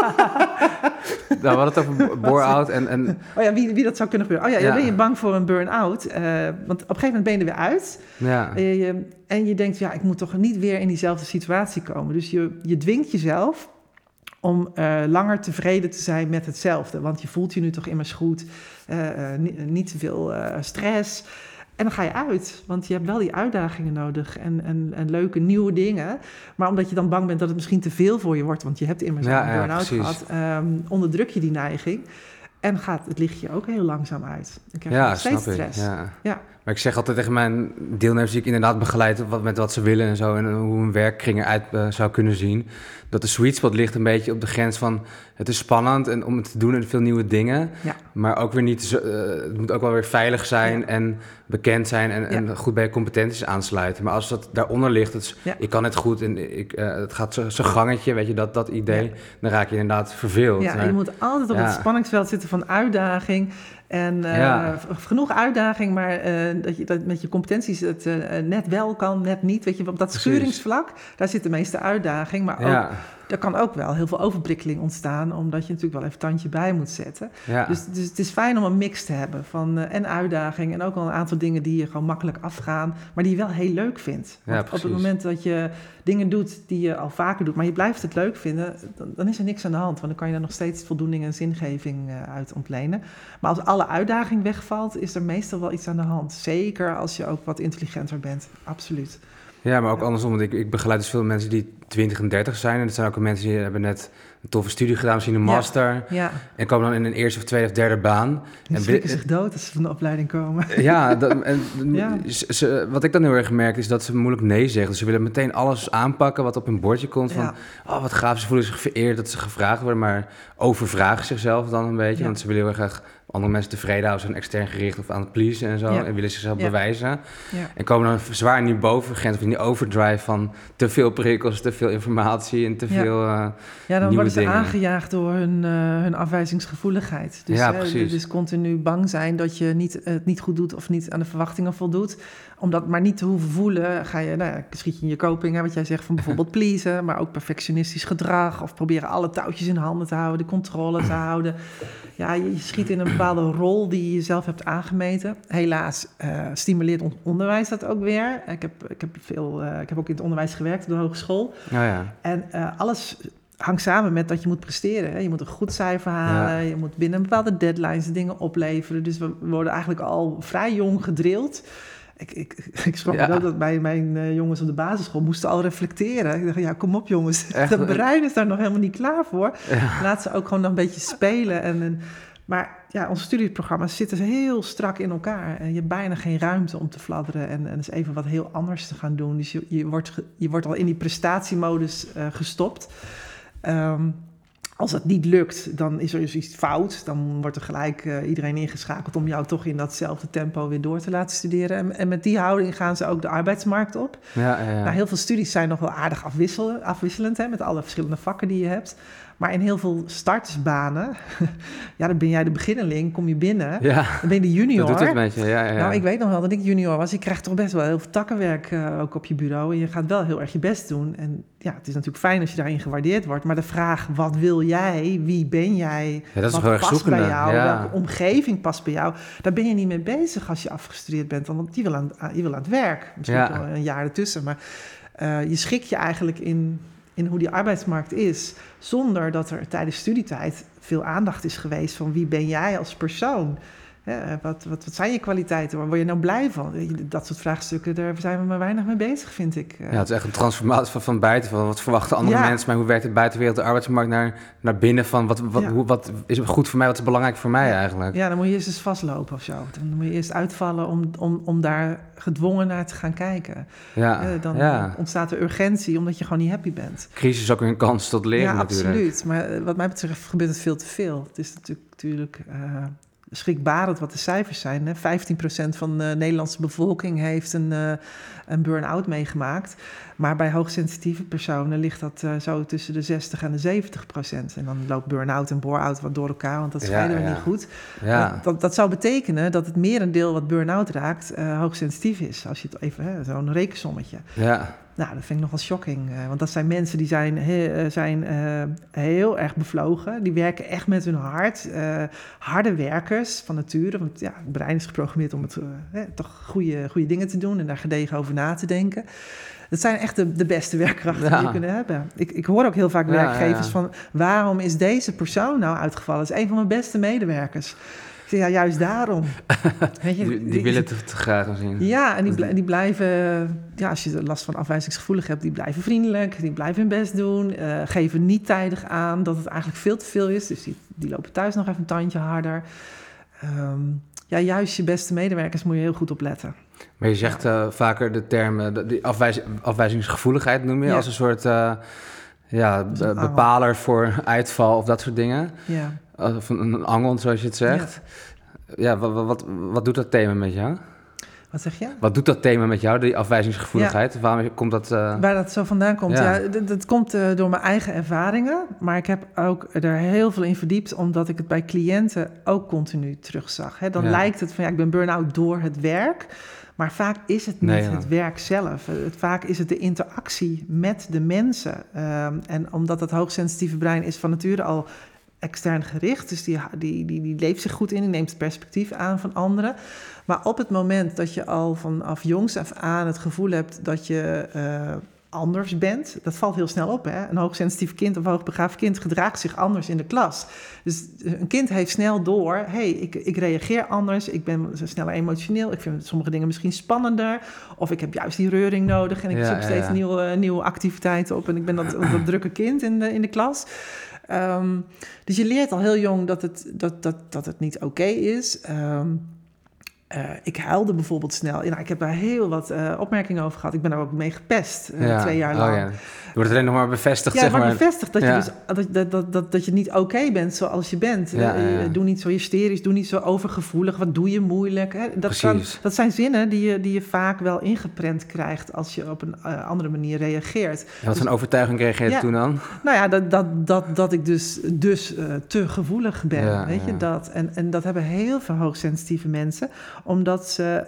Speaker 1: We hadden het over bore-out en...
Speaker 2: Oh ja, wie dat zou kunnen gebeuren. Dan ben je bang voor een burn-out. Want op een gegeven moment ben je er weer uit. Ja. En je denkt, ik moet toch niet weer in diezelfde situatie komen. Dus je dwingt jezelf om langer tevreden te zijn met hetzelfde. Want je voelt je nu toch immers goed. Niet te veel stress. En dan ga je uit, want je hebt wel die uitdagingen nodig en leuke nieuwe dingen. Maar omdat je dan bang bent dat het misschien te veel voor je wordt, want je hebt immers al een burn-out gehad, onderdruk je die neiging. En gaat het lichtje ook heel langzaam uit. Dan krijg je nog steeds stress.
Speaker 1: Ja. Maar ik zeg altijd tegen mijn deelnemers die ik inderdaad begeleid met wat ze willen en zo, en hoe een werkkring eruit zou kunnen zien, dat de sweet spot ligt een beetje op de grens van het is spannend en om het te doen en veel nieuwe dingen, maar ook weer niet, het moet ook wel weer veilig zijn en bekend zijn en goed bij je competenties aansluiten. Maar als dat daaronder ligt, ik kan het goed en het gaat zo'n gangetje, weet je, dat idee, dan raak je inderdaad verveeld.
Speaker 2: Ja, je moet altijd op het spanningsveld zitten van uitdaging. En genoeg uitdaging, maar dat je met je competenties het net wel kan, net niet. Weet je, op dat schuringsvlak, daar zit de meeste uitdaging. Maar ook, er kan ook wel heel veel overprikkeling ontstaan, omdat je natuurlijk wel even een tandje bij moet zetten. Ja. Dus het is fijn om een mix te hebben van en uitdaging en ook wel een aantal dingen die je gewoon makkelijk afgaan, maar die je wel heel leuk vindt. Want op het moment dat je dingen doet die je al vaker doet, maar je blijft het leuk vinden, dan is er niks aan de hand. Want dan kan je er nog steeds voldoening en zingeving uit ontlenen. Maar als alle uitdaging wegvalt, is er meestal wel iets aan de hand. Zeker als je ook wat intelligenter bent. Absoluut.
Speaker 1: Ja, maar ook andersom, want ik begeleid dus veel mensen die 20 en 30 zijn. En dat zijn ook mensen die hebben net een toffe studie gedaan, misschien een master. Ja. En komen dan in een eerste of tweede of derde baan.
Speaker 2: Die schrikken zich dood als ze van de opleiding komen.
Speaker 1: Ja, wat ik dan heel erg merk is dat ze moeilijk nee zeggen. Dus ze willen meteen alles aanpakken wat op hun bordje komt. Van, wat gaaf, ze voelen zich vereerd dat ze gevraagd worden, maar overvragen zichzelf dan een beetje. Want ze willen heel erg graag andere mensen tevreden houden, zijn extern gericht of aan het pleasen en zo. En willen zichzelf bewijzen. Ja. En komen dan zwaar in die bovengrens of in die overdrive van te veel prikkels, te veel informatie en te veel
Speaker 2: dan worden ze aangejaagd door hun afwijzingsgevoeligheid. Dus, dus continu bang zijn dat je het niet goed doet of niet aan de verwachtingen voldoet. Om dat maar niet te hoeven voelen, schiet je in je coping, wat jij zegt, van bijvoorbeeld pleasen, maar ook perfectionistisch gedrag of proberen alle touwtjes in handen te houden, de controle te houden. Ja, je schiet in een bepaalde rol die je jezelf hebt aangemeten. Helaas stimuleert onderwijs dat ook weer. Ik heb ook in het onderwijs gewerkt op de hogeschool. En alles hangt samen met dat je moet presteren. Hè? Je moet een goed cijfer halen, je moet binnen een bepaalde deadlines dingen opleveren. Dus we worden eigenlijk al vrij jong gedrild. Ik schrok me wel dat mijn jongens op de basisschool moesten al reflecteren. Ik dacht, kom op jongens, dat brein is daar nog helemaal niet klaar voor. Laat ze ook gewoon nog een beetje spelen. Maar onze studieprogramma's zitten heel strak in elkaar. En je hebt bijna geen ruimte om te fladderen en eens even wat heel anders te gaan doen. Dus je wordt al in die prestatiemodus gestopt. Als het niet lukt, dan is er dus iets fout. Dan wordt er gelijk iedereen ingeschakeld om jou toch in datzelfde tempo weer door te laten studeren. En met die houding gaan ze ook de arbeidsmarkt op. Nou, heel veel studies zijn nog wel aardig afwisselend, met alle verschillende vakken die je hebt. Maar in heel veel startersbanen, dan ben jij de beginneling, kom je binnen. Ja, dan ben je de junior.
Speaker 1: Dat doet het een beetje,
Speaker 2: Nou, ik weet nog wel dat ik junior was. Je krijgt toch best wel heel veel takkenwerk ook op je bureau. En je gaat wel heel erg je best doen. En het is natuurlijk fijn als je daarin gewaardeerd wordt. Maar de vraag, wat wil jij? Wie ben jij?
Speaker 1: Ja, dat is
Speaker 2: wat
Speaker 1: past
Speaker 2: bij jou? Welke omgeving past bij jou? Daar ben je niet mee bezig als je afgestudeerd bent. Want je wil aan het werk. Misschien wel een jaar ertussen. Maar je schikt je eigenlijk in hoe die arbeidsmarkt is, zonder dat er tijdens studietijd veel aandacht is geweest van wie ben jij als persoon? Wat zijn je kwaliteiten? Waar word je nou blij van? Dat soort vraagstukken, daar zijn we maar weinig mee bezig, vind ik.
Speaker 1: Ja, het is echt een transformatie van buiten. Van wat verwachten andere mensen? Maar hoe werkt het buitenwereld, de arbeidsmarkt naar binnen? Van wat is goed voor mij? Wat is belangrijk voor mij eigenlijk?
Speaker 2: Ja, dan moet je eerst eens vastlopen of zo. Dan moet je eerst uitvallen om daar gedwongen naar te gaan kijken. Dan ontstaat er urgentie, omdat je gewoon niet happy bent.
Speaker 1: Crisis is ook een kans tot leren natuurlijk.
Speaker 2: Ja, absoluut. Maar wat mij betreft gebeurt het veel te veel. Het is natuurlijk schrikbarend wat de cijfers zijn. Hè? 15% van de Nederlandse bevolking heeft een burn-out meegemaakt. Maar bij hoogsensitieve personen ligt dat zo tussen de 60 en de 70%. En dan loopt burn-out en bore-out wat door elkaar, want dat scheiden we niet goed. Ja. Dat zou betekenen dat het merendeel wat burn-out raakt hoogsensitief is. Als je het even, zo'n rekensommetje. Ja. Nou, dat vind ik nogal shocking. Want dat zijn mensen die zijn heel erg bevlogen. Die werken echt met hun hart. Harde werkers van nature. Want het brein is geprogrammeerd om toch goede dingen te doen en daar gedegen over na te denken. Dat zijn echt de beste werkkrachten die je kunnen hebben. Ik hoor ook heel vaak werkgevers van, waarom is deze persoon nou uitgevallen? Dat is een van mijn beste medewerkers. Ik zeg, ja, juist daarom. Weet je,
Speaker 1: Die willen het te graag zien.
Speaker 2: Ja, en die blijven, ja, als je last van afwijzingsgevoelig hebt, die blijven vriendelijk, die blijven hun best doen, geven niet tijdig aan dat het eigenlijk veel te veel is. Dus die lopen thuis nog even een tandje harder. Ja, juist je beste medewerkers moet je heel goed opletten.
Speaker 1: Maar je zegt vaker de term, die afwijzingsgevoeligheid noem je, als een soort bepaler voor uitval of dat soort dingen.
Speaker 2: Ja.
Speaker 1: Of een angel, zoals je het zegt. Ja, wat doet dat thema met jou?
Speaker 2: Wat zeg je?
Speaker 1: Wat doet dat thema met jou, die afwijzingsgevoeligheid? Ja. Waarom komt dat...
Speaker 2: Waar dat zo vandaan komt? Ja, dat komt door mijn eigen ervaringen. Maar ik heb ook er heel veel in verdiept, omdat ik het bij cliënten ook continu terugzag. Hè? Dan lijkt het van, ik ben burn-out door het werk. Maar vaak is het niet het werk zelf. Vaak is het de interactie met de mensen. En omdat het hoogsensitieve brein is van nature al extern gericht. Dus die leeft zich goed in, die neemt het perspectief aan van anderen. Maar op het moment dat je al vanaf jongs af aan het gevoel hebt dat je anders bent, dat valt heel snel op. Hè? Een hoogsensitief kind of hoogbegaafd kind gedraagt zich anders in de klas. Dus een kind heeft snel door, ik reageer anders, ik ben sneller emotioneel, ik vind sommige dingen misschien spannender, of ik heb juist die reuring nodig en ik zoek steeds nieuwe activiteiten op en ik ben dat drukke kind in de klas. Dus je leert al heel jong dat het niet oké is. Ik huilde bijvoorbeeld snel. Ik heb daar heel wat opmerkingen over gehad. Ik ben daar ook mee gepest 2 jaar lang. Ja.
Speaker 1: Wordt het alleen nog maar bevestigd,
Speaker 2: zeg maar. Ja, bevestigd dat je dus dat je niet oké bent zoals je bent. Doe niet zo hysterisch, doe niet zo overgevoelig. Wat doe je moeilijk? Hè? Dat zijn zinnen die je vaak wel ingeprent krijgt als je op een andere manier reageert.
Speaker 1: En wat voor overtuiging kreeg je toen dan?
Speaker 2: Nou ja, dat ik dus te gevoelig ben. Weet je dat? En dat hebben heel veel hoogsensitieve mensen, omdat ze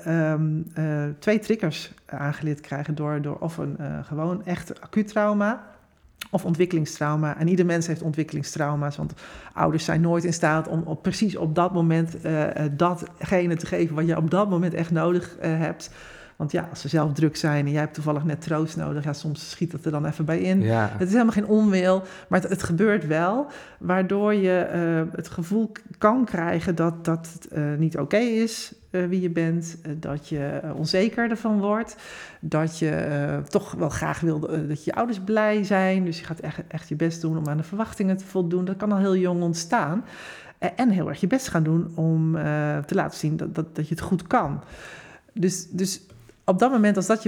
Speaker 2: 2 triggers aangeleerd krijgen door of een gewoon echt acuut trauma of ontwikkelingstrauma. En ieder mens heeft ontwikkelingstrauma's, want ouders zijn nooit in staat om precies op dat moment datgene te geven wat je op dat moment echt nodig hebt. Want ja, als ze zelf druk zijn en jij hebt toevallig net troost nodig, soms schiet dat er dan even bij in. Ja. Het is helemaal geen onwil, maar het gebeurt wel, waardoor je het gevoel kan krijgen dat het niet oké is wie je bent, dat je onzeker ervan wordt, dat je toch wel graag wil dat je ouders blij zijn, dus je gaat echt je best doen om aan de verwachtingen te voldoen. Dat kan al heel jong ontstaan. En heel erg je best gaan doen om te laten zien dat je het goed kan. Dus op dat moment, als dat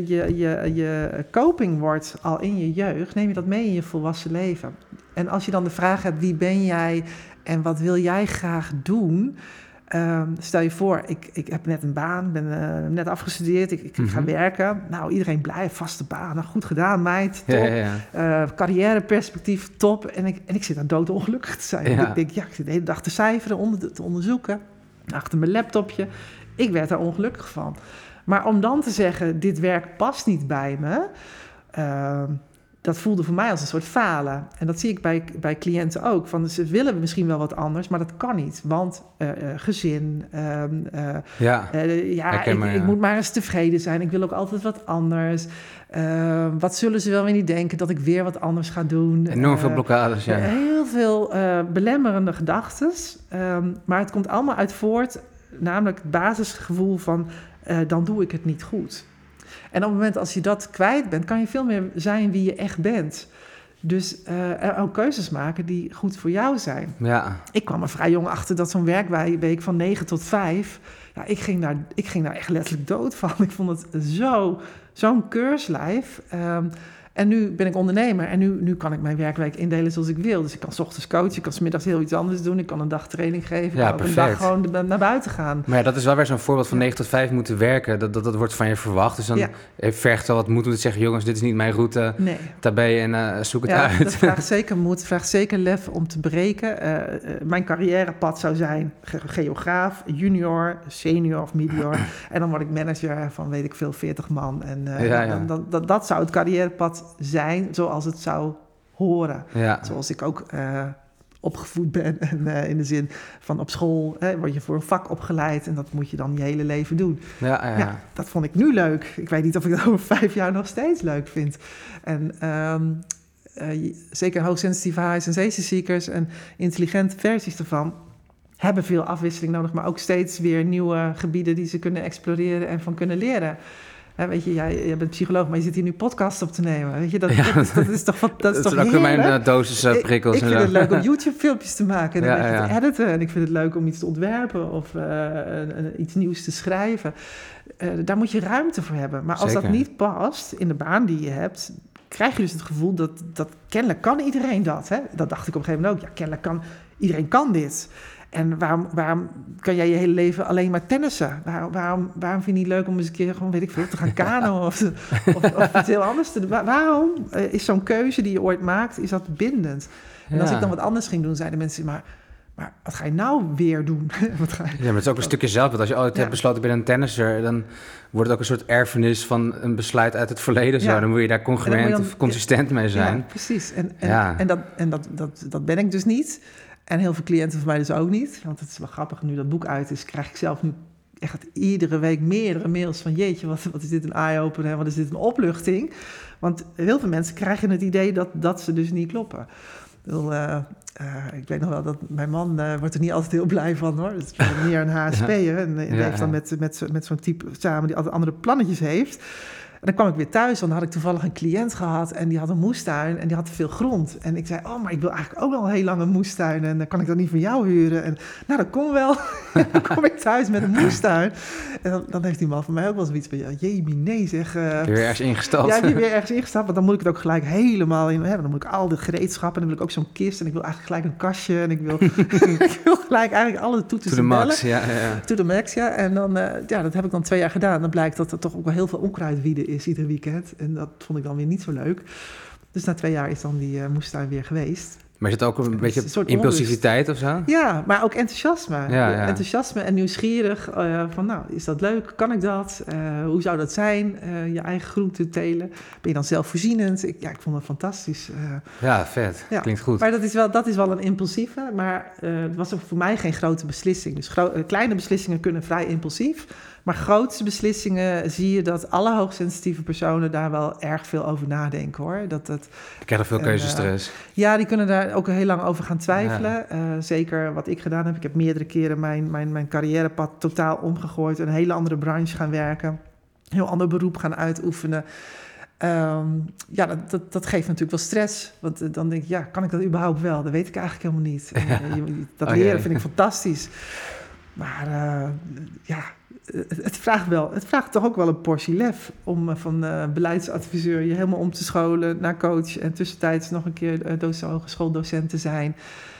Speaker 2: je coping wordt al in je jeugd, neem je dat mee in je volwassen leven. En als je dan de vraag hebt, wie ben jij en wat wil jij graag doen? Stel je voor, ik heb net een baan, ben net afgestudeerd, ik ga werken. Nou, iedereen blij, vaste baan, nou, goed gedaan, meid, top. Carrièreperspectief, top. En ik zit daar doodongelukkig te zijn. Ja. Ik zit de hele dag te cijferen, te onderzoeken, achter mijn laptopje. Ik werd daar ongelukkig van. Maar om dan te zeggen, dit werk past niet bij me, dat voelde voor mij als een soort falen. En dat zie ik bij cliënten ook. Van, ze willen misschien wel wat anders, maar dat kan niet. Want gezin, ik moet maar eens tevreden zijn. Ik wil ook altijd wat anders. Wat zullen ze wel weer niet denken dat ik weer wat anders ga doen?
Speaker 1: Enorm veel blokkades, ja.
Speaker 2: Heel veel belemmerende gedachten. Maar het komt allemaal uit voort, namelijk het basisgevoel van, dan doe ik het niet goed. En op het moment als je dat kwijt bent, kan je veel meer zijn wie je echt bent. Dus ook keuzes maken die goed voor jou zijn. Ja. Ik kwam er vrij jong achter dat zo'n werkweek van 9 tot 5... Ja, ik ging daar echt letterlijk dood van. Ik vond het zo'n keurslijf. En nu ben ik ondernemer en nu kan ik mijn werkweek indelen zoals ik wil. Dus ik kan 's ochtends coachen, ik kan 's middags heel iets anders doen. Ik kan een dag training geven, ik kan een dag gewoon naar buiten gaan.
Speaker 1: Maar ja, dat is wel weer zo'n voorbeeld van 9 tot 5 moeten werken. Dat wordt van je verwacht. Dus dan vergt wel wat moed om te zeggen, jongens, dit is niet mijn route. Nee. Daarbij en zoek het uit.
Speaker 2: Dat vraagt zeker moed, vraagt zeker lef om te breken. Mijn carrièrepad zou zijn geograaf, junior, senior of medior. En dan word ik manager van, weet ik veel, 40 man. En dat zou het carrièrepad zijn zoals het zou horen. Ja. Zoals ik ook opgevoed ben. En in de zin van op school word je voor een vak opgeleid en dat moet je dan je hele leven doen. Ja, dat vond ik nu leuk. Ik weet niet of ik dat over 5 jaar nog steeds leuk vind. En zeker hoogsensitieve HSC-seekers en intelligente versies ervan, hebben veel afwisseling nodig, maar ook steeds weer nieuwe gebieden die ze kunnen exploreren en van kunnen leren. Weet je, jij bent psycholoog, maar je zit hier nu podcast op te nemen. Weet je, dat is toch wat. Dat is toch
Speaker 1: ook mijn dosis prikkels.
Speaker 2: Ik vind het leuk om YouTube-filmpjes te maken en te editen. En ik vind het leuk om iets te ontwerpen of iets nieuws te schrijven. Daar moet je ruimte voor hebben. Maar als dat niet past in de baan die je hebt, krijg je dus het gevoel dat kennelijk kan iedereen dat. Hè? Dat dacht ik op een gegeven moment ook. Ja, kennelijk kan iedereen kan dit. En waarom kan jij je hele leven alleen maar tennissen? Waarom vind je het niet leuk om eens een keer gewoon, weet ik veel, te gaan kanoën of iets heel anders te doen? Waarom is zo'n keuze die je ooit maakt, is dat bindend? En als ik dan wat anders ging doen, zeiden mensen, maar wat ga je nou weer doen?
Speaker 1: Maar het is ook een stukje zelf. Want als je altijd hebt besloten, ik ben een tennisser, dan wordt het ook een soort erfenis van een besluit uit het verleden. Zo. Dan moet je daar congruent of consistent mee zijn.
Speaker 2: Ja, precies. En dat ben ik dus niet. En heel veel cliënten van mij dus ook niet. Want het is wel grappig, nu dat boek uit is, krijg ik zelf nu echt iedere week meerdere mails van jeetje, wat is dit een eye-opener, wat is dit een opluchting. Want heel veel mensen krijgen het idee dat ze dus niet kloppen. Ik weet nog wel dat mijn man wordt er niet altijd heel blij van, hoor. Het is meer een HSP'er en die heeft dan met zo'n type samen die altijd andere plannetjes heeft. En dan kwam ik weer thuis, want dan had ik toevallig een cliënt gehad en die had een moestuin en die had veel grond. En ik zei, maar ik wil eigenlijk ook wel een heel lange moestuin en dan kan ik dat niet van jou huren. En nou, dat kon wel. Dan kom ik thuis met een moestuin. En dan heeft die man van mij ook wel zoiets van, nee zeg.
Speaker 1: Heb je weer ergens ingestapt?
Speaker 2: Ja, heb je weer ergens ingestapt, want dan moet ik het ook gelijk helemaal in hebben. Dan moet ik al de gereedschappen en dan wil ik ook zo'n kist en ik wil eigenlijk gelijk een kastje en ik wil gelijk eigenlijk alle toeters en bellen. To the max, ja. En dan, dat heb ik dan 2 jaar gedaan. Dan blijkt dat er toch ook wel heel veel onkruidwieden is ieder weekend. En dat vond ik dan weer niet zo leuk. Dus na 2 jaar is dan die moestuin weer geweest.
Speaker 1: Maar is het ook een beetje een impulsiviteit of zo?
Speaker 2: Ja, maar ook enthousiasme.
Speaker 1: Ja.
Speaker 2: Enthousiasme en nieuwsgierig. Van nou, is dat leuk? Kan ik dat? Hoe zou dat zijn? Je eigen groente telen. Ben je dan zelfvoorzienend? Ik vond dat fantastisch.
Speaker 1: Ja, vet. Ja. Klinkt goed.
Speaker 2: Maar dat is wel een impulsieve. Maar het was ook voor mij geen grote beslissing. Dus kleine beslissingen kunnen vrij impulsief. Maar grootste beslissingen zie je dat alle hoogsensitieve personen daar wel erg veel over nadenken, hoor.
Speaker 1: Ik krijg er veel keuzestress.
Speaker 2: Ja, die kunnen daar ook heel lang over gaan twijfelen. Ja. Zeker wat ik gedaan heb. Ik heb meerdere keren mijn carrièrepad totaal omgegooid. Een hele andere branche gaan werken. Een heel ander beroep gaan uitoefenen. Dat geeft natuurlijk wel stress. Want dan denk ik, kan ik dat überhaupt wel? Dat weet ik eigenlijk helemaal niet. Dat leren vind ik fantastisch. Maar het vraagt toch ook wel een portie lef om van beleidsadviseur je helemaal om te scholen naar coach en tussentijds nog een keer hogeschooldocent te zijn.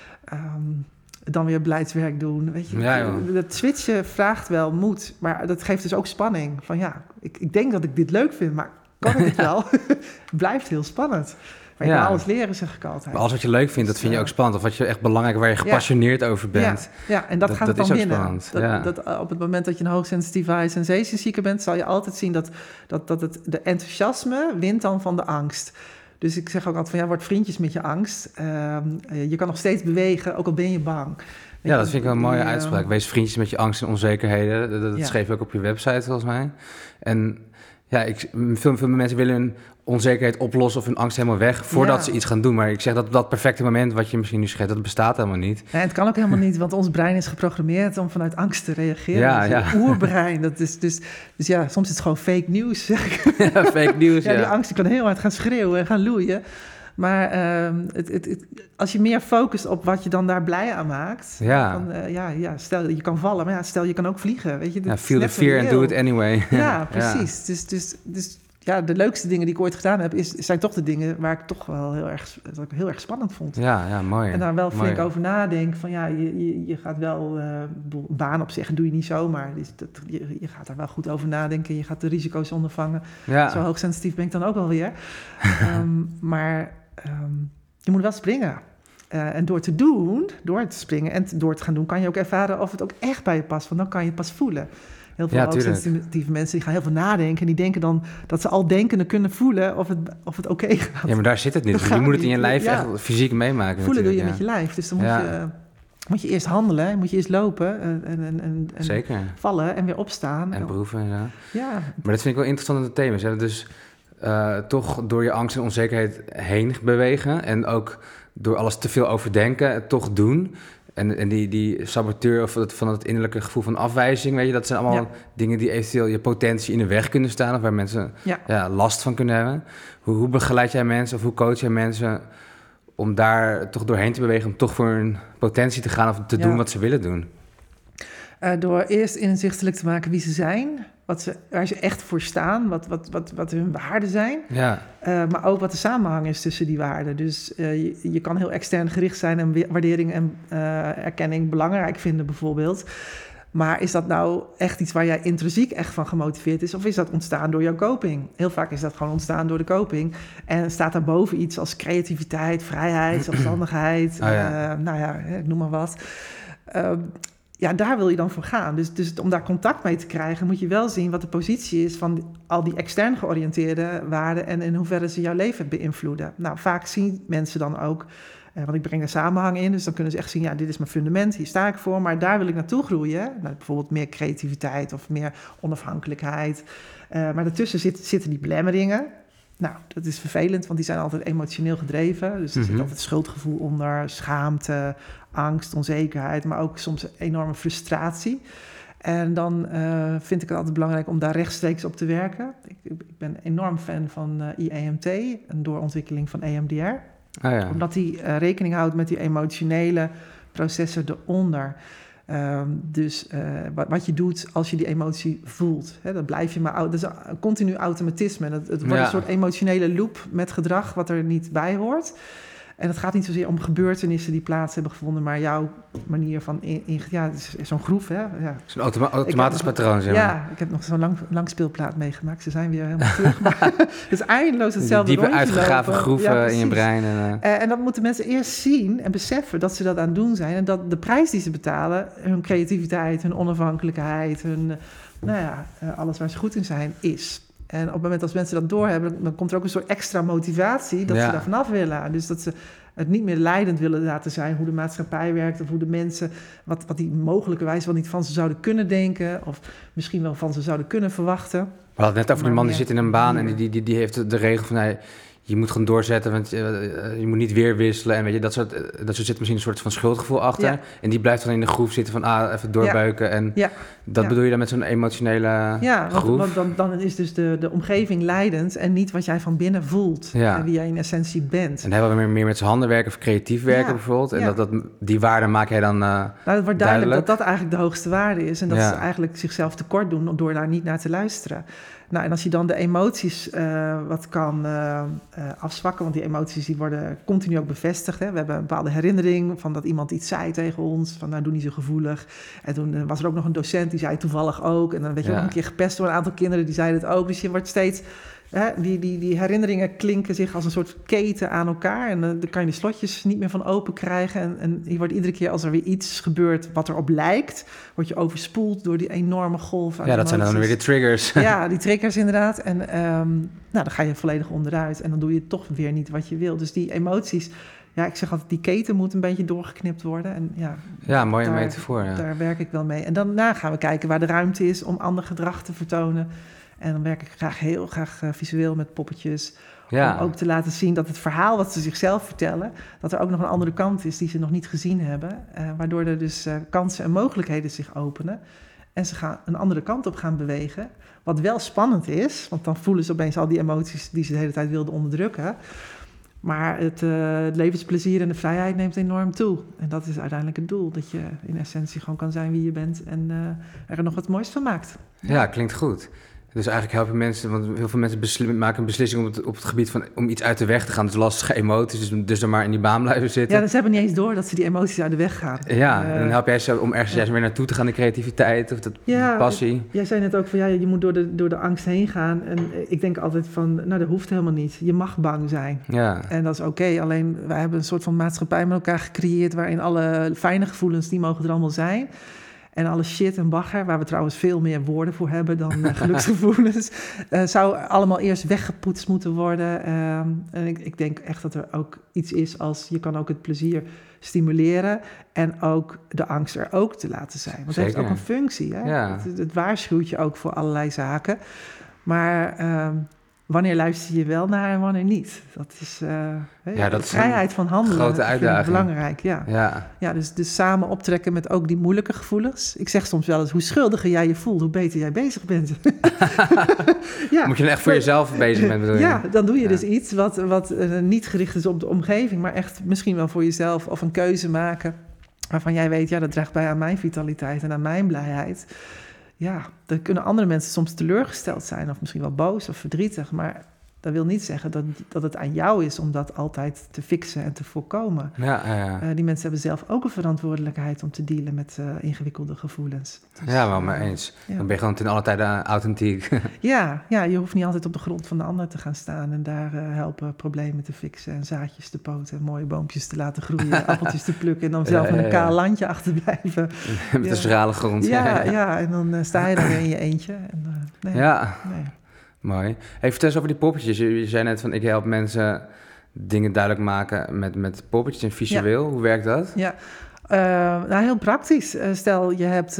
Speaker 2: Dan weer beleidswerk doen. Weet je, dat switchen vraagt wel moed, maar dat geeft dus ook spanning. Van ik denk dat ik dit leuk vind, maar kan ik het wel? Het blijft heel spannend. Maar je kan alles leren, zeg ik altijd.
Speaker 1: Maar alles wat je leuk vindt, dat vind je ook spannend. Of wat je echt belangrijk, waar je gepassioneerd over bent.
Speaker 2: Ja, en dat gaat dan binnen. Dat op het moment dat je een hoogsensitieve high sensation seeker bent, zal je altijd zien dat de enthousiasme wint dan van de angst. Dus ik zeg ook altijd van, word vriendjes met je angst. Je kan nog steeds bewegen, ook al ben je bang.
Speaker 1: Ja, dat vind ik wel een mooie uitspraak. Wees vriendjes met je angst en onzekerheden. Dat schreef je ook op je website, volgens mij. En veel mensen willen hun onzekerheid oplossen of hun angst helemaal weg voordat ze iets gaan doen. Maar ik zeg dat perfecte moment wat je misschien nu schetst, dat bestaat helemaal niet.
Speaker 2: Ja, het kan ook helemaal niet, want ons brein is geprogrammeerd om vanuit angst te reageren. Dat is een oerbrein. Dat is dus soms is het gewoon fake news, zeg ik.
Speaker 1: Ja, fake news,
Speaker 2: die angst kan heel hard gaan schreeuwen en gaan loeien. Maar als je meer focust op wat je dan daar blij aan maakt. Stel je kan vallen, maar stel je kan ook vliegen. Weet je,
Speaker 1: feel the fear and do it anyway.
Speaker 2: Ja, precies. Dus de leukste dingen die ik ooit gedaan heb, zijn toch de dingen waar ik toch wel heel erg spannend vond.
Speaker 1: Ja, mooi.
Speaker 2: En daar wel flink over nadenken van je gaat wel een baan opzeggen, doe je niet zomaar. Dus je gaat daar wel goed over nadenken, je gaat de risico's ondervangen. Ja. Zo hoogsensitief ben ik dan ook wel weer. Maar je moet wel springen. En door te springen en door te gaan doen, kan je ook ervaren of het ook echt bij je past. Want dan kan je het pas voelen. Heel veel hoogsensitieve mensen die gaan heel veel nadenken. En die denken dan dat ze al denkende kunnen voelen of het oké gaat.
Speaker 1: Ja, maar daar zit het niet. Je moet het in je lijf echt fysiek meemaken.
Speaker 2: Voelen doe je met je lijf. Dus dan moet je eerst handelen. Moet je eerst lopen en
Speaker 1: Zeker.
Speaker 2: vallen en weer opstaan.
Speaker 1: En proeven.
Speaker 2: Ja.
Speaker 1: Maar dat vind ik wel interessante thema's. Hè? Dus toch door je angst en onzekerheid heen bewegen. En ook door alles te veel overdenken, toch doen. En die saboteur of van het innerlijke gevoel van afwijzing, weet je, dat zijn allemaal dingen die eventueel je potentie in de weg kunnen staan of waar mensen last van kunnen hebben. Hoe begeleid jij mensen of hoe coach jij mensen om daar toch doorheen te bewegen, om toch voor hun potentie te gaan of te doen wat ze willen doen?
Speaker 2: Door eerst inzichtelijk te maken wie ze zijn, waar ze echt voor staan, wat hun waarden zijn. Ja. Maar ook wat de samenhang is tussen die waarden. Dus je kan heel extern gericht zijn en waardering en erkenning belangrijk vinden bijvoorbeeld. Maar is dat nou echt iets waar jij intrinsiek echt van gemotiveerd is? Of is dat ontstaan door jouw coping? Heel vaak is dat gewoon ontstaan door de coping. En staat daarboven iets als creativiteit, vrijheid, zelfstandigheid. Ik noem maar wat. Daar wil je dan voor gaan. Dus om daar contact mee te krijgen, moet je wel zien wat de positie is van al die extern georiënteerde waarden en in hoeverre ze jouw leven beïnvloeden. Nou, vaak zien mensen dan ook, want ik breng er samenhang in, dus dan kunnen ze echt zien, dit is mijn fundament, hier sta ik voor, maar daar wil ik naartoe groeien. Nou, bijvoorbeeld meer creativiteit of meer onafhankelijkheid. Maar daartussen zitten die belemmeringen. Nou, dat is vervelend, want die zijn altijd emotioneel gedreven. Dus er zit altijd schuldgevoel onder, schaamte, angst, onzekerheid, maar ook soms enorme frustratie. En dan vind ik het altijd belangrijk om daar rechtstreeks op te werken. Ik ben enorm fan van IEMT, een doorontwikkeling van EMDR. Omdat die rekening houdt met die emotionele processen eronder. Wat je doet als je die emotie voelt. Hè, dat blijf je maar... Dat is een continu automatisme. Het wordt een soort emotionele loop met gedrag wat er niet bij hoort. En het gaat niet zozeer om gebeurtenissen die plaats hebben gevonden, maar jouw manier van... het is zo'n groef, hè. Ja.
Speaker 1: Zo'n automatisch patroon, zeg maar.
Speaker 2: Ja, ik heb nog zo'n lang speelplaat meegemaakt. Ze zijn weer helemaal terug. Het is eindeloos hetzelfde
Speaker 1: diepe uitgegraven groeven in je brein.
Speaker 2: En dat moeten mensen eerst zien en beseffen dat ze dat aan het doen zijn. En dat de prijs die ze betalen, hun creativiteit, hun onafhankelijkheid, hun, alles waar ze goed in zijn, is... En op het moment dat mensen dat doorhebben, dan komt er ook een soort extra motivatie dat ze daar vanaf willen. Dus dat ze het niet meer leidend willen laten zijn hoe de maatschappij werkt of hoe de mensen, wat die mogelijkerwijs wel niet van ze zouden kunnen denken of misschien wel van ze zouden kunnen verwachten.
Speaker 1: We hadden het net over die man die zit in een baan en die heeft de regel van je moet gewoon doorzetten, want je moet niet weer wisselen. En weet je, dat soort zit misschien een soort van schuldgevoel achter. Ja. En die blijft dan in de groef zitten van even doorbuiken. En dat bedoel je dan met zo'n emotionele groef?
Speaker 2: Want dan is dus de omgeving leidend en niet wat jij van binnen voelt. En wie jij in essentie bent.
Speaker 1: En dan hebben we meer met zijn handen werken of creatief werken bijvoorbeeld. En die waarde maak jij dan
Speaker 2: het wordt duidelijk dat eigenlijk de hoogste waarde is. En dat ze eigenlijk zichzelf tekort doen door daar niet naar te luisteren. Nou, en als je dan de emoties wat kan afzwakken, want die emoties die worden continu ook bevestigd. Hè. We hebben een bepaalde herinnering van dat iemand iets zei tegen ons, van doe niet zo gevoelig. En toen was er ook nog een docent die zei toevallig ook. En dan werd je ook een keer gepest door een aantal kinderen die zeiden het ook. Dus je wordt steeds... Die herinneringen klinken zich als een soort keten aan elkaar. En dan kan je de slotjes niet meer van open krijgen. En je wordt iedere keer als er weer iets gebeurt wat erop lijkt, word je overspoeld door die enorme golf aan
Speaker 1: dat zijn dan weer de triggers.
Speaker 2: Ja, die triggers inderdaad. En dan ga je volledig onderuit. En dan doe je toch weer niet wat je wil. Dus die emoties... Ja, ik zeg altijd, die keten moet een beetje doorgeknipt worden. En
Speaker 1: mooie metafoor. Ja.
Speaker 2: Daar werk ik wel mee. En daarna gaan we kijken waar de ruimte is om ander gedrag te vertonen. En dan werk ik heel graag visueel met poppetjes. Om ook te laten zien dat het verhaal wat ze zichzelf vertellen, dat er ook nog een andere kant is die ze nog niet gezien hebben. Waardoor er dus kansen en mogelijkheden zich openen. En ze gaan een andere kant op gaan bewegen. Wat wel spannend is, want dan voelen ze opeens al die emoties die ze de hele tijd wilden onderdrukken. Maar het levensplezier en de vrijheid neemt enorm toe. En dat is uiteindelijk het doel. Dat je in essentie gewoon kan zijn wie je bent en er nog wat moois van maakt.
Speaker 1: Ja, klinkt goed. Dus eigenlijk helpen mensen, want heel veel mensen maken een beslissing op het gebied van om iets uit de weg te gaan. Dus lastige emoties, dus dan maar in die baan blijven zitten.
Speaker 2: Ja, dus ze hebben niet eens door dat ze die emoties uit de weg gaan.
Speaker 1: Ja, en dan help jij ze om ergens juist weer naartoe te gaan, de creativiteit of de passie.
Speaker 2: Jij zei net ook van je moet door de angst heen gaan. En ik denk altijd van, dat hoeft helemaal niet. Je mag bang zijn. Ja. En dat is oké. Alleen wij hebben een soort van maatschappij met elkaar gecreëerd waarin alle fijne gevoelens, die mogen er allemaal zijn. En alle shit en bagger, waar we trouwens veel meer woorden voor hebben dan geluksgevoelens, zou allemaal eerst weggepoetst moeten worden. En ik denk echt dat er ook iets is als je kan ook het plezier stimuleren en ook de angst er ook te laten zijn. Want het heeft ook een functie. Hè? Ja. Het waarschuwt je ook voor allerlei zaken. Maar wanneer luister je wel naar en wanneer niet? Dat is
Speaker 1: dat is
Speaker 2: vrijheid van handelen.
Speaker 1: Grote uitdaging.
Speaker 2: Belangrijk, ja. Dus samen optrekken met ook die moeilijke gevoelens. Ik zeg soms wel eens, hoe schuldiger jij je voelt, hoe beter jij bezig bent.
Speaker 1: Moet je dan echt voor jezelf bezig zijn, bedoel je?
Speaker 2: Ja, dan doe je dus iets wat niet gericht is op de omgeving, maar echt misschien wel voor jezelf of een keuze maken waarvan jij weet, dat draagt bij aan mijn vitaliteit en aan mijn blijheid. Ja, dan kunnen andere mensen soms teleurgesteld zijn of misschien wel boos of verdrietig, maar dat wil niet zeggen dat het aan jou is om dat altijd te fixen en te voorkomen. Die mensen hebben zelf ook een verantwoordelijkheid om te dealen met ingewikkelde gevoelens. Dus,
Speaker 1: wel mee eens. Dan ben je gewoon ten alle tijde authentiek.
Speaker 2: Ja, je hoeft niet altijd op de grond van de ander te gaan staan en daar helpen problemen te fixen en zaadjes te poten en mooie boompjes te laten groeien, appeltjes te plukken en dan zelf met een kaal landje achterblijven.
Speaker 1: Met een schrale grond.
Speaker 2: Ja, en dan sta je daar in je eentje. En, nee.
Speaker 1: Mooi. Hey, vertel eens over die poppetjes. Je zei net van, ik help mensen dingen duidelijk maken met poppetjes en visueel. Hoe werkt dat?
Speaker 2: Ja, heel praktisch. Stel, je hebt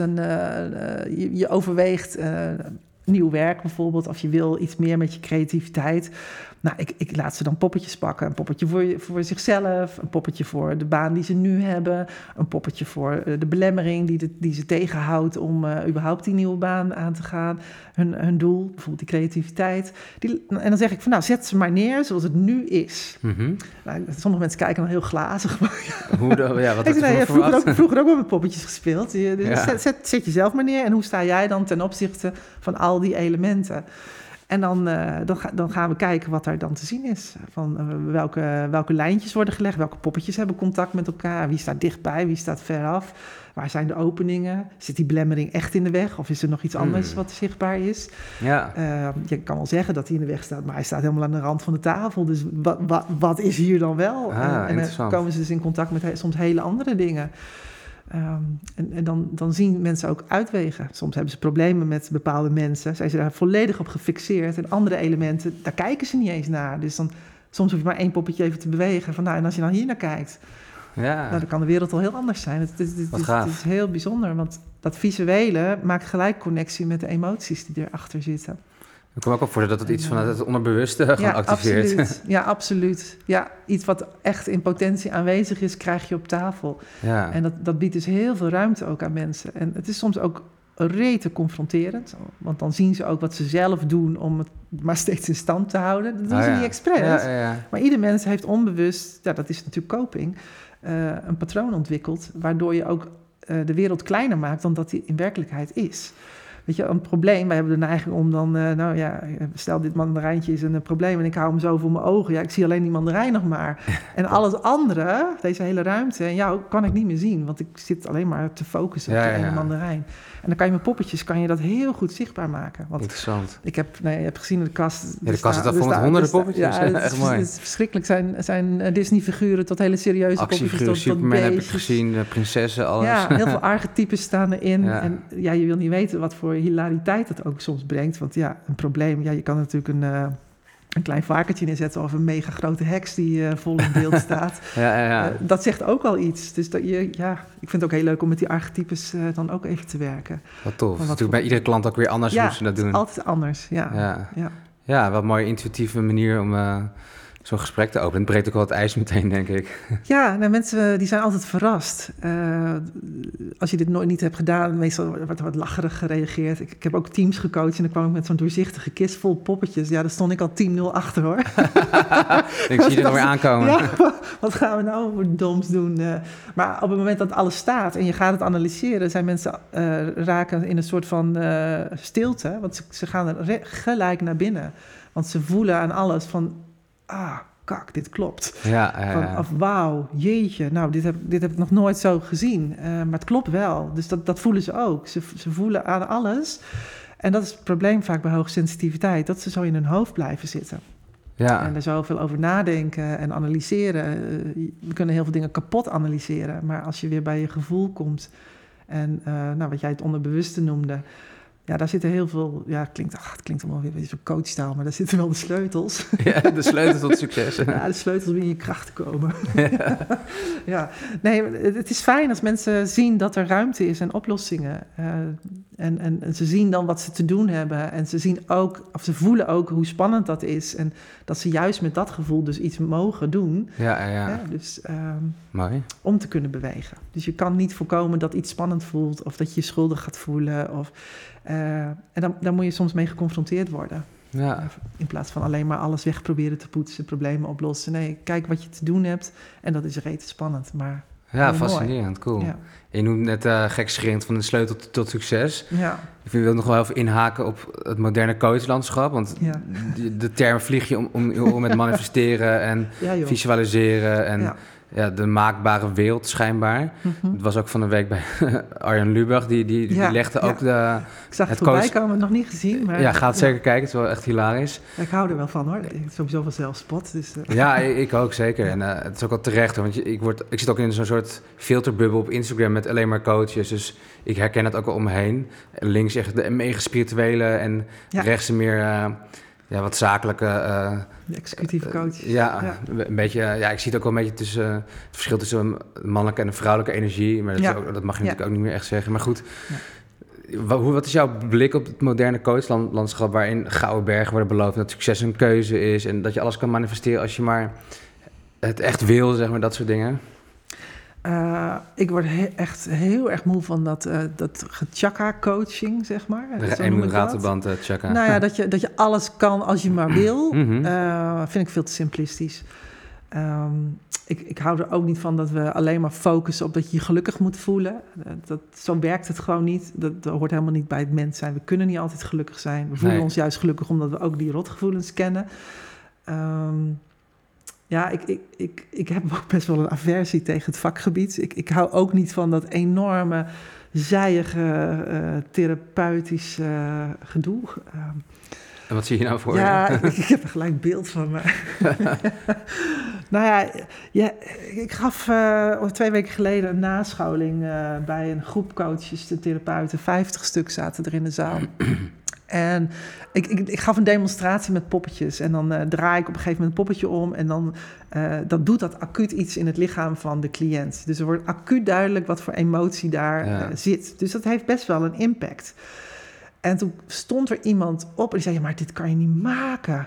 Speaker 2: je overweegt nieuw werk bijvoorbeeld, of je wil iets meer met je creativiteit. Nou, ik laat ze dan poppetjes pakken. Een poppetje voor zichzelf, een poppetje voor de baan die ze nu hebben, een poppetje voor de belemmering die ze tegenhoudt om überhaupt die nieuwe baan aan te gaan. Hun doel, bijvoorbeeld die creativiteit. En dan zeg ik van, nou, zet ze maar neer zoals het nu is.
Speaker 1: Mm-hmm.
Speaker 2: Nou, sommige mensen kijken dan heel glazig. Maar vroeger ook wel met poppetjes gespeeld. Zet jezelf maar neer en hoe sta jij dan ten opzichte van al die elementen? En dan gaan we kijken wat er dan te zien is. Van welke lijntjes worden gelegd, welke poppetjes hebben contact met elkaar. Wie staat dichtbij, wie staat veraf. Waar zijn de openingen? Zit die belemmering echt in de weg? Of is er nog iets anders wat zichtbaar is?
Speaker 1: Ja.
Speaker 2: Je kan wel zeggen dat hij in de weg staat, maar hij staat helemaal aan de rand van de tafel. Dus wat is hier dan wel? En dan komen ze dus in contact met soms hele andere dingen. En dan zien mensen ook uitwegen. Soms hebben ze problemen met bepaalde mensen. Zijn ze daar volledig op gefixeerd. En andere elementen, daar kijken ze niet eens naar. Dus soms hoef je maar één poppetje even te bewegen. Van, en als je dan hier naar kijkt, dan kan de wereld al heel anders zijn. Het is heel bijzonder. Want dat visuele maakt gelijk connectie met de emoties die erachter zitten.
Speaker 1: Ik kan me ook op voorstellen dat het iets van het onderbewuste gewoon activeert.
Speaker 2: Absoluut. Ja, absoluut. Ja, iets wat echt in potentie aanwezig is, krijg je op tafel.
Speaker 1: Ja.
Speaker 2: En dat biedt dus heel veel ruimte ook aan mensen. En het is soms ook rete confronterend. Want dan zien ze ook wat ze zelf doen om het maar steeds in stand te houden. Dat doen ze niet expres. Maar ieder mens heeft onbewust, dat is natuurlijk coping, een patroon ontwikkeld, waardoor je ook de wereld kleiner maakt dan dat die in werkelijkheid is. Weet je, een probleem, wij hebben de neiging om dan, stel dit mandarijntje is een probleem en ik hou hem zo voor mijn ogen. Ja, ik zie alleen die mandarijn nog maar. En al het andere, deze hele ruimte, en jou kan ik niet meer zien, want ik zit alleen maar te focussen op de ene mandarijn. En dan kan je met poppetjes dat heel goed zichtbaar maken. Want
Speaker 1: interessant.
Speaker 2: Je hebt gezien in de kast.
Speaker 1: Ja, de kast zit al vol met honderden poppetjes.
Speaker 2: Ja, het is verschrikkelijk. Zijn Disney-figuren tot hele serieuze poppetjes. Tot
Speaker 1: Superman heb ik gezien, prinsessen, alles.
Speaker 2: Ja, heel veel archetypes staan erin.
Speaker 1: Ja.
Speaker 2: En je wil niet weten wat voor hilariteit het ook soms brengt. Want een probleem, je kan natuurlijk een klein varkentje neerzetten of een mega grote heks die vol in beeld staat. Dat zegt ook al iets. Dus ik vind het ook heel leuk om met die archetypes dan ook even te werken.
Speaker 1: Wat tof. Natuurlijk bij iedere klant ook weer anders hoe ze dat doen.
Speaker 2: Altijd anders,
Speaker 1: Ja, wat een mooie intuïtieve manier om zo'n gesprek te openen. Het breekt ook wel het ijs meteen, denk ik.
Speaker 2: Ja, mensen die zijn altijd verrast. Als je dit nooit niet hebt gedaan, meestal wordt er wat lacherig gereageerd. Ik heb ook teams gecoacht en dan kwam ik met zo'n doorzichtige kist vol poppetjes. Ja, daar stond ik al 10-0 achter, hoor.
Speaker 1: Ik zie je er nog weer aankomen.
Speaker 2: Ja, wat gaan we nou voor doms doen? Maar op het moment dat alles staat en je gaat het analyseren, zijn mensen raken in een soort van stilte. Want ze gaan er gelijk naar binnen. Want ze voelen aan alles van, kak, dit klopt. Of wauw, jeetje, nou, dit heb ik nog nooit zo gezien. Maar het klopt wel. Dus dat voelen ze ook. Ze voelen aan alles. En dat is het probleem vaak bij hoogsensitiviteit, dat ze zo in hun hoofd blijven zitten. Ja. En er zoveel over nadenken en analyseren. We kunnen heel veel dingen kapot analyseren. Maar als je weer bij je gevoel komt en wat jij het onderbewuste noemde, daar zitten heel veel, het klinkt allemaal weer zo'n coachtaal, maar daar zitten wel de sleutels.
Speaker 1: Ja, de sleutels tot succes.
Speaker 2: Ja, de sleutels om in je kracht te komen. Nee, het is fijn als mensen zien dat er ruimte is en oplossingen. En ze zien dan wat ze te doen hebben. En ze voelen ook hoe spannend dat is. En dat ze juist met dat gevoel dus iets mogen doen.
Speaker 1: Ja.
Speaker 2: Dus
Speaker 1: Mooi.
Speaker 2: om te kunnen bewegen. Dus je kan niet voorkomen dat iets spannend voelt. Of dat je je schuldig gaat voelen. En dan moet je soms mee geconfronteerd worden.
Speaker 1: Ja.
Speaker 2: In plaats van alleen maar alles weg proberen te poetsen, problemen oplossen. Nee, kijk wat je te doen hebt. En dat is reet spannend, maar
Speaker 1: ja, fascinerend, cool.
Speaker 2: Ja.
Speaker 1: Je noemt net gekscherend van de sleutel tot succes.
Speaker 2: Ja.
Speaker 1: Ik wil nog wel even inhaken op het moderne coachlandschap. Want de term vlieg je om met manifesteren en visualiseren en de maakbare wereld schijnbaar.
Speaker 2: Mm-hmm.
Speaker 1: Het was ook van de week bij Arjen Lubach, die legde ook
Speaker 2: ik zag het voorbij komen, nog niet gezien. Maar,
Speaker 1: ga het zeker kijken, het is wel echt hilarisch.
Speaker 2: Ik hou er wel van hoor, ik sowieso van zelfspot. Dus,
Speaker 1: Ja, ik ook zeker. En het is ook wel terecht, want ik zit ook in zo'n soort filterbubbel op Instagram met alleen maar coaches. Dus ik herken het ook wel om me heen. Links echt de mega spirituele en rechts meer wat zakelijke...
Speaker 2: de executieve coach.
Speaker 1: Een beetje. Ja, ik zie het ook wel een beetje tussen het verschil tussen mannelijke en vrouwelijke energie. Maar dat mag je natuurlijk ook niet meer echt zeggen. Maar goed, wat is jouw blik op het moderne coachlandschap waarin gouden bergen worden beloofd, dat succes een keuze is en dat je alles kan manifesteren als je maar het echt wil, zeg maar, dat soort dingen?
Speaker 2: Ik word echt heel erg moe van dat chakra-coaching, zeg maar.
Speaker 1: De Emiratenband chakra.
Speaker 2: Nou ja, dat je alles kan als je maar wil, vind ik veel te simplistisch. Ik hou er ook niet van dat we alleen maar focussen op dat je je gelukkig moet voelen. Zo werkt het gewoon niet. Dat hoort helemaal niet bij het mens zijn. We kunnen niet altijd gelukkig zijn. We voelen ons juist gelukkig omdat we ook die rotgevoelens kennen. Ik heb ook best wel een aversie tegen het vakgebied. Ik hou ook niet van dat enorme, zijige, therapeutische gedoe.
Speaker 1: En wat zie je nou voor?
Speaker 2: Ja, ik heb er gelijk beeld van. Ik gaf 2 weken geleden een nascholing bij een groep coaches, de therapeuten. 50 stuk zaten er in de zaal. En ik gaf een demonstratie met poppetjes. En dan draai ik op een gegeven moment een poppetje om. En dan doet dat acuut iets in het lichaam van de cliënt. Dus er wordt acuut duidelijk wat voor emotie daar zit. Dus dat heeft best wel een impact. En toen stond er iemand op en die zei, maar dit kan je niet maken.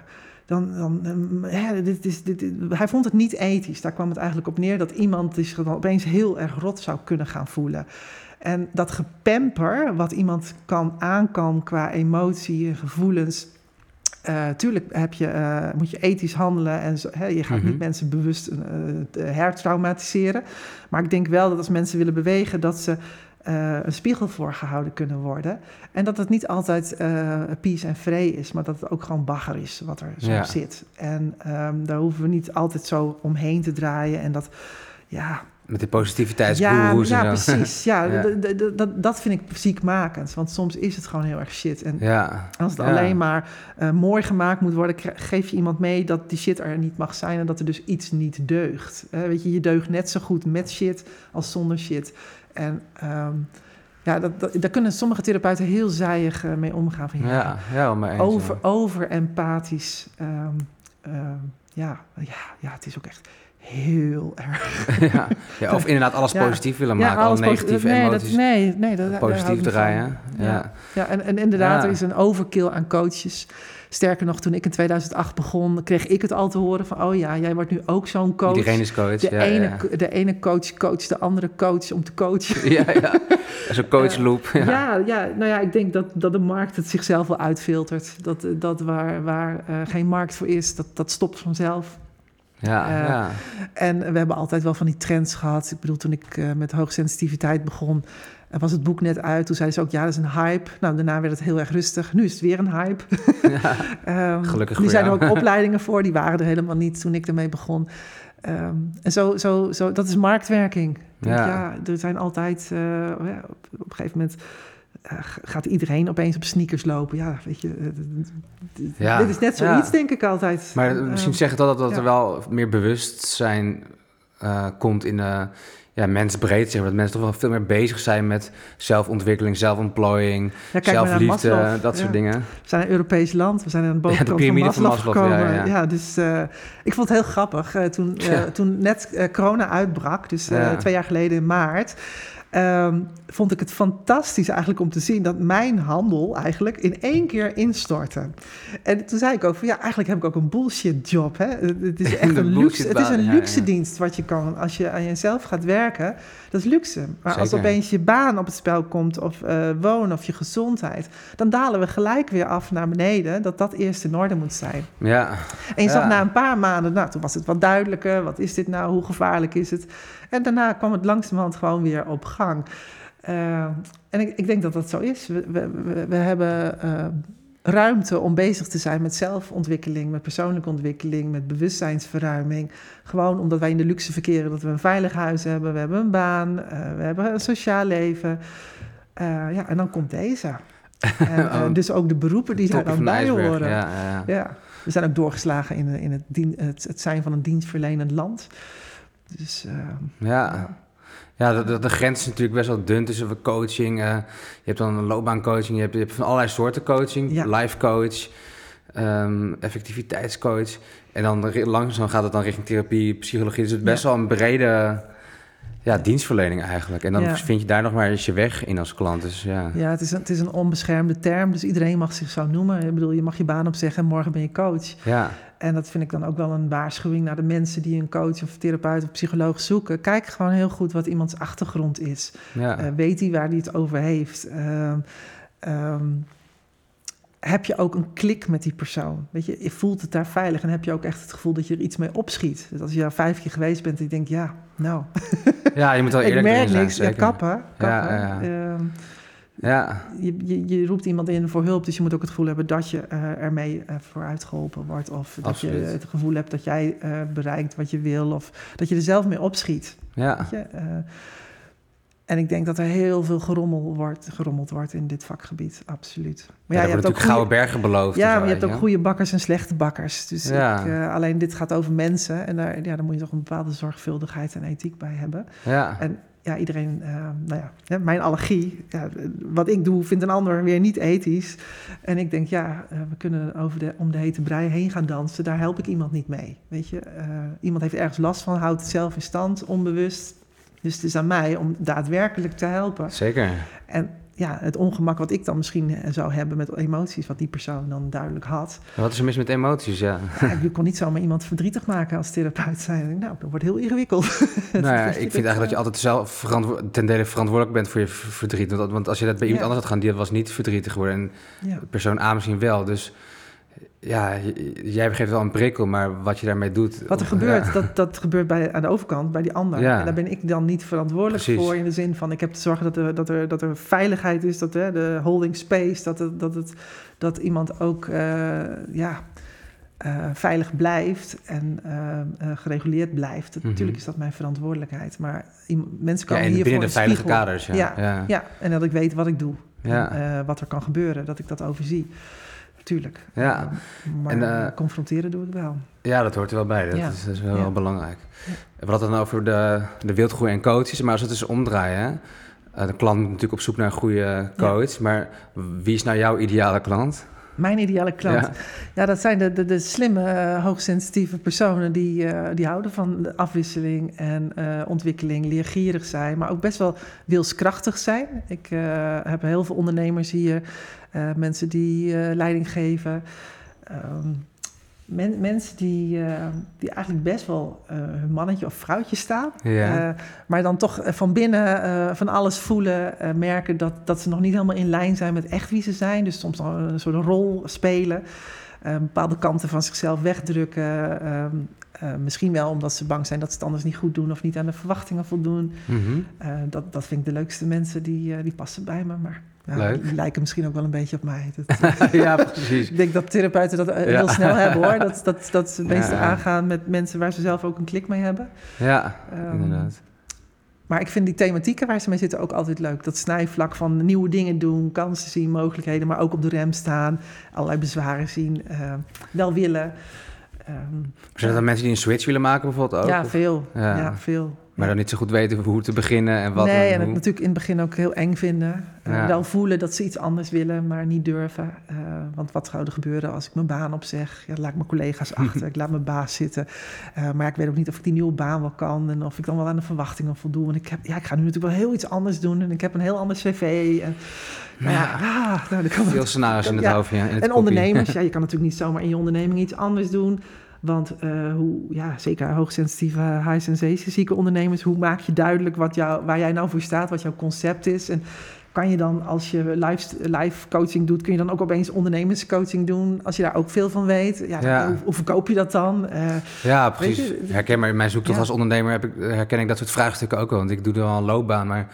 Speaker 2: Hij vond het niet ethisch. Daar kwam het eigenlijk op neer dat iemand zich dan opeens heel erg rot zou kunnen gaan voelen. En dat gepamper, wat iemand aan kan qua emotie en gevoelens. Tuurlijk moet je ethisch handelen en je gaat niet mensen bewust hertraumatiseren. Maar ik denk wel dat als mensen willen bewegen, dat ze een spiegel voorgehouden kunnen worden. En dat het niet altijd peace en vrede is, maar dat het ook gewoon bagger is wat er zo zit. En daar hoeven we niet altijd zo omheen te draaien. En dat,
Speaker 1: met die positiviteitsgoeroes en zo.
Speaker 2: Precies. Ja, dat vind ik ziekmakend. Want soms is het gewoon heel erg shit. En als het alleen maar mooi gemaakt moet worden, geef je iemand mee dat die shit er niet mag zijn en dat er dus iets niet deugt. Weet je deugt net zo goed met shit als zonder shit. En daar kunnen sommige therapeuten heel zijig mee omgaan. Van, over empathisch. Het is ook echt heel erg.
Speaker 1: Of inderdaad alles positief willen maken, alle negatieve emoties positief draaien.
Speaker 2: En inderdaad, er is een overkill aan coaches. Sterker nog, toen ik in 2008 begon, kreeg ik het al te horen van, jij wordt nu ook zo'n coach.
Speaker 1: Iedereen is coach.
Speaker 2: De ene coach coacht de andere coach om te coachen.
Speaker 1: Zo'n coachloop.
Speaker 2: Ik denk dat de markt het zichzelf wel uitfiltert. Dat waar geen markt voor is, dat stopt vanzelf. En we hebben altijd wel van die trends gehad. Ik bedoel, toen ik met hoogsensitiviteit begon, was het boek net uit. Toen zeiden ze ook, dat is een hype. Nou, daarna werd het heel erg rustig. Nu is het weer een hype.
Speaker 1: Gelukkig
Speaker 2: nu
Speaker 1: voor
Speaker 2: zijn er
Speaker 1: jou.
Speaker 2: ook opleidingen voor. Die waren er helemaal niet toen ik ermee begon. En zo, dat is marktwerking. Er zijn altijd... op een gegeven moment gaat iedereen opeens op sneakers lopen. Ja, weet je... Dit is net zoiets, denk ik altijd.
Speaker 1: Maar misschien zeg je dat er wel meer bewustzijn komt in mensbreed. Zeg maar, dat mensen toch wel veel meer bezig zijn met zelfontwikkeling, zelfontplooiing, zelfliefde, dat soort dingen.
Speaker 2: We zijn een Europees land, we zijn aan de bovenkant van Maslow gekomen. Dus ik vond het heel grappig. Toen net corona uitbrak, dus 2 jaar geleden in maart... vond ik het fantastisch eigenlijk om te zien dat mijn handel eigenlijk in 1 keer instortte. En toen zei ik ook van eigenlijk heb ik ook een bullshit job. Hè? Het is echt een luxe. Het is een luxe dienst wat je kan als je aan jezelf gaat werken. Dat is luxe. Maar als opeens je baan op het spel komt of wonen of je gezondheid, dan dalen we gelijk weer af naar beneden dat eerst in orde moet zijn.
Speaker 1: Ja.
Speaker 2: En je zag na een paar maanden, toen was het wat duidelijker. Wat is dit nou? Hoe gevaarlijk is het? En daarna kwam het langzamerhand gewoon weer op gang. En ik denk dat dat zo is. We hebben ruimte om bezig te zijn met zelfontwikkeling, met persoonlijke ontwikkeling, met bewustzijnsverruiming. Gewoon omdat wij in de luxe verkeren dat we een veilig huis hebben, we hebben een baan, we hebben een sociaal leven. En dan komt deze. En dus ook de beroepen die daar dan bij horen. Ja. We zijn ook doorgeslagen in het zijn van een dienstverlenend land. Dus,
Speaker 1: de grens is natuurlijk best wel dun tussen coaching. Je hebt dan een loopbaancoaching, je hebt van allerlei soorten coaching. Life coach, effectiviteitscoach. En dan langzaam gaat het dan richting therapie, psychologie. Dus het is best wel een brede dienstverlening eigenlijk. En dan vind je daar nog maar eens je weg in als klant. Dus,
Speaker 2: het is een onbeschermde term, dus iedereen mag zich zo noemen. Ik bedoel, je mag je baan opzeggen en morgen ben je coach.
Speaker 1: Ja.
Speaker 2: En dat vind ik dan ook wel een waarschuwing naar de mensen die een coach of therapeut of psycholoog zoeken. Kijk gewoon heel goed wat iemands achtergrond is. Ja. Weet hij waar hij het over heeft? Heb je ook een klik met die persoon? Weet je voelt het daar veilig en heb je ook echt het gevoel dat je er iets mee opschiet? Dus als je daar 5 keer geweest bent en je denkt, je moet
Speaker 1: wel eerlijk
Speaker 2: ik merk
Speaker 1: zijn,
Speaker 2: niks, kappen. Je roept iemand in voor hulp, dus je moet ook het gevoel hebben dat je ermee vooruit geholpen wordt. Of dat je het gevoel hebt dat jij bereikt wat je wil, of dat je er zelf mee opschiet.
Speaker 1: Ja.
Speaker 2: Weet je? En ik denk dat er heel veel gerommeld wordt in dit vakgebied, absoluut. Maar
Speaker 1: je hebt natuurlijk gouden bergen beloofd.
Speaker 2: Ja, maar je hebt ook goede bakkers en slechte bakkers. Dus alleen dit gaat over mensen en daar moet je toch een bepaalde zorgvuldigheid en ethiek bij hebben.
Speaker 1: Ja.
Speaker 2: En iedereen, mijn allergie, wat ik doe, vindt een ander weer niet ethisch. En ik denk, we kunnen om de hete brei heen gaan dansen. Daar help ik iemand niet mee, weet je. Iemand heeft ergens last van, houdt het zelf in stand, onbewust. Dus het is aan mij om daadwerkelijk te helpen.
Speaker 1: Zeker.
Speaker 2: En het ongemak wat ik dan misschien zou hebben met emoties, wat die persoon dan duidelijk had.
Speaker 1: Wat is er mis met emoties,
Speaker 2: Je kon niet zomaar iemand verdrietig maken als therapeut zijn. Dat wordt heel ingewikkeld.
Speaker 1: Ik vind eigenlijk dat je altijd zelf ten dele verantwoordelijk bent voor je verdriet. Want als je dat bij iemand anders had gaan, die was niet verdrietig geworden. En de persoon A misschien wel, dus jij geeft wel een prikkel, maar wat je daarmee doet...
Speaker 2: Wat er gebeurt, dat gebeurt aan de overkant, bij die ander. Ja. En daar ben ik dan niet verantwoordelijk voor, in de zin van... ik heb te zorgen dat er veiligheid is, dat de holding space... dat iemand ook veilig blijft en gereguleerd blijft. Natuurlijk is dat mijn verantwoordelijkheid, maar mensen komen hiervoor
Speaker 1: binnen de veilige
Speaker 2: spiegel.
Speaker 1: kaders.
Speaker 2: En dat ik weet wat ik doe en wat er kan gebeuren, dat ik dat overzie. Tuurlijk.
Speaker 1: Ja.
Speaker 2: Maar confronteren doe ik wel.
Speaker 1: Ja, dat hoort er wel bij. Dat is wel belangrijk. Ja. We hadden het dan over de wildgroei en coaches. Maar als we het eens omdraaien... de klant moet natuurlijk op zoek naar een goede coach. Ja. Maar wie is nou jouw ideale klant?
Speaker 2: Mijn ideale klant? Ja, dat zijn de slimme, hoogsensitieve personen... die houden van de afwisseling en ontwikkeling, leergierig zijn... maar ook best wel wilskrachtig zijn. Ik heb heel veel ondernemers hier... mensen die leiding geven. Mensen die eigenlijk best wel hun mannetje of vrouwtje staan. Ja. Maar dan toch van binnen van alles voelen. Merken dat ze nog niet helemaal in lijn zijn met echt wie ze zijn. Dus soms nog een soort rol spelen. Bepaalde kanten van zichzelf wegdrukken. Misschien wel omdat ze bang zijn dat ze het anders niet goed doen... of niet aan de verwachtingen voldoen. Mm-hmm. Dat vind ik de leukste mensen, die passen bij me. Maar die lijken misschien ook wel een beetje op mij.
Speaker 1: Ja, precies.
Speaker 2: Ik denk dat therapeuten dat heel snel hebben, hoor. Dat ze meestal aangaan met mensen waar ze zelf ook een klik mee hebben.
Speaker 1: Ja, inderdaad.
Speaker 2: Maar ik vind die thematieken waar ze mee zitten ook altijd leuk. Dat snijvlak van nieuwe dingen doen, kansen zien, mogelijkheden... maar ook op de rem staan, allerlei bezwaren zien, wel willen...
Speaker 1: Zijn er dan mensen die een switch willen maken bijvoorbeeld ook?
Speaker 2: Ja, veel. Ja, veel.
Speaker 1: Maar dan niet zo goed weten hoe te beginnen en wat.
Speaker 2: Nee, en
Speaker 1: hoe.
Speaker 2: het natuurlijk in het begin ook heel eng vinden. Wel voelen dat ze iets anders willen, maar niet durven. Want wat zou er gebeuren als ik mijn baan opzeg? Ja, laat ik mijn collega's achter, ik laat mijn baas zitten. Maar ik weet ook niet of ik die nieuwe baan wel kan en of ik dan wel aan de verwachtingen voldoe. Want ik ga nu natuurlijk wel heel iets anders doen en ik heb een heel ander cv.
Speaker 1: Veel scenario's in het hoofd. Ja, in het
Speaker 2: en ondernemers, je kan natuurlijk niet zomaar in je onderneming iets anders doen. Want zeker hoogsensitieve, high sensation zieke ondernemers, hoe maak je duidelijk waar jij nou voor staat, wat jouw concept is? En kan je dan, als je live coaching doet, kun je dan ook opeens ondernemerscoaching doen, als je daar ook veel van weet? Hoe verkoop je dat dan?
Speaker 1: Precies. Herken maar in mijn zoektocht als ondernemer herken ik dat soort vraagstukken ook wel. Want ik doe er al een loopbaan, maar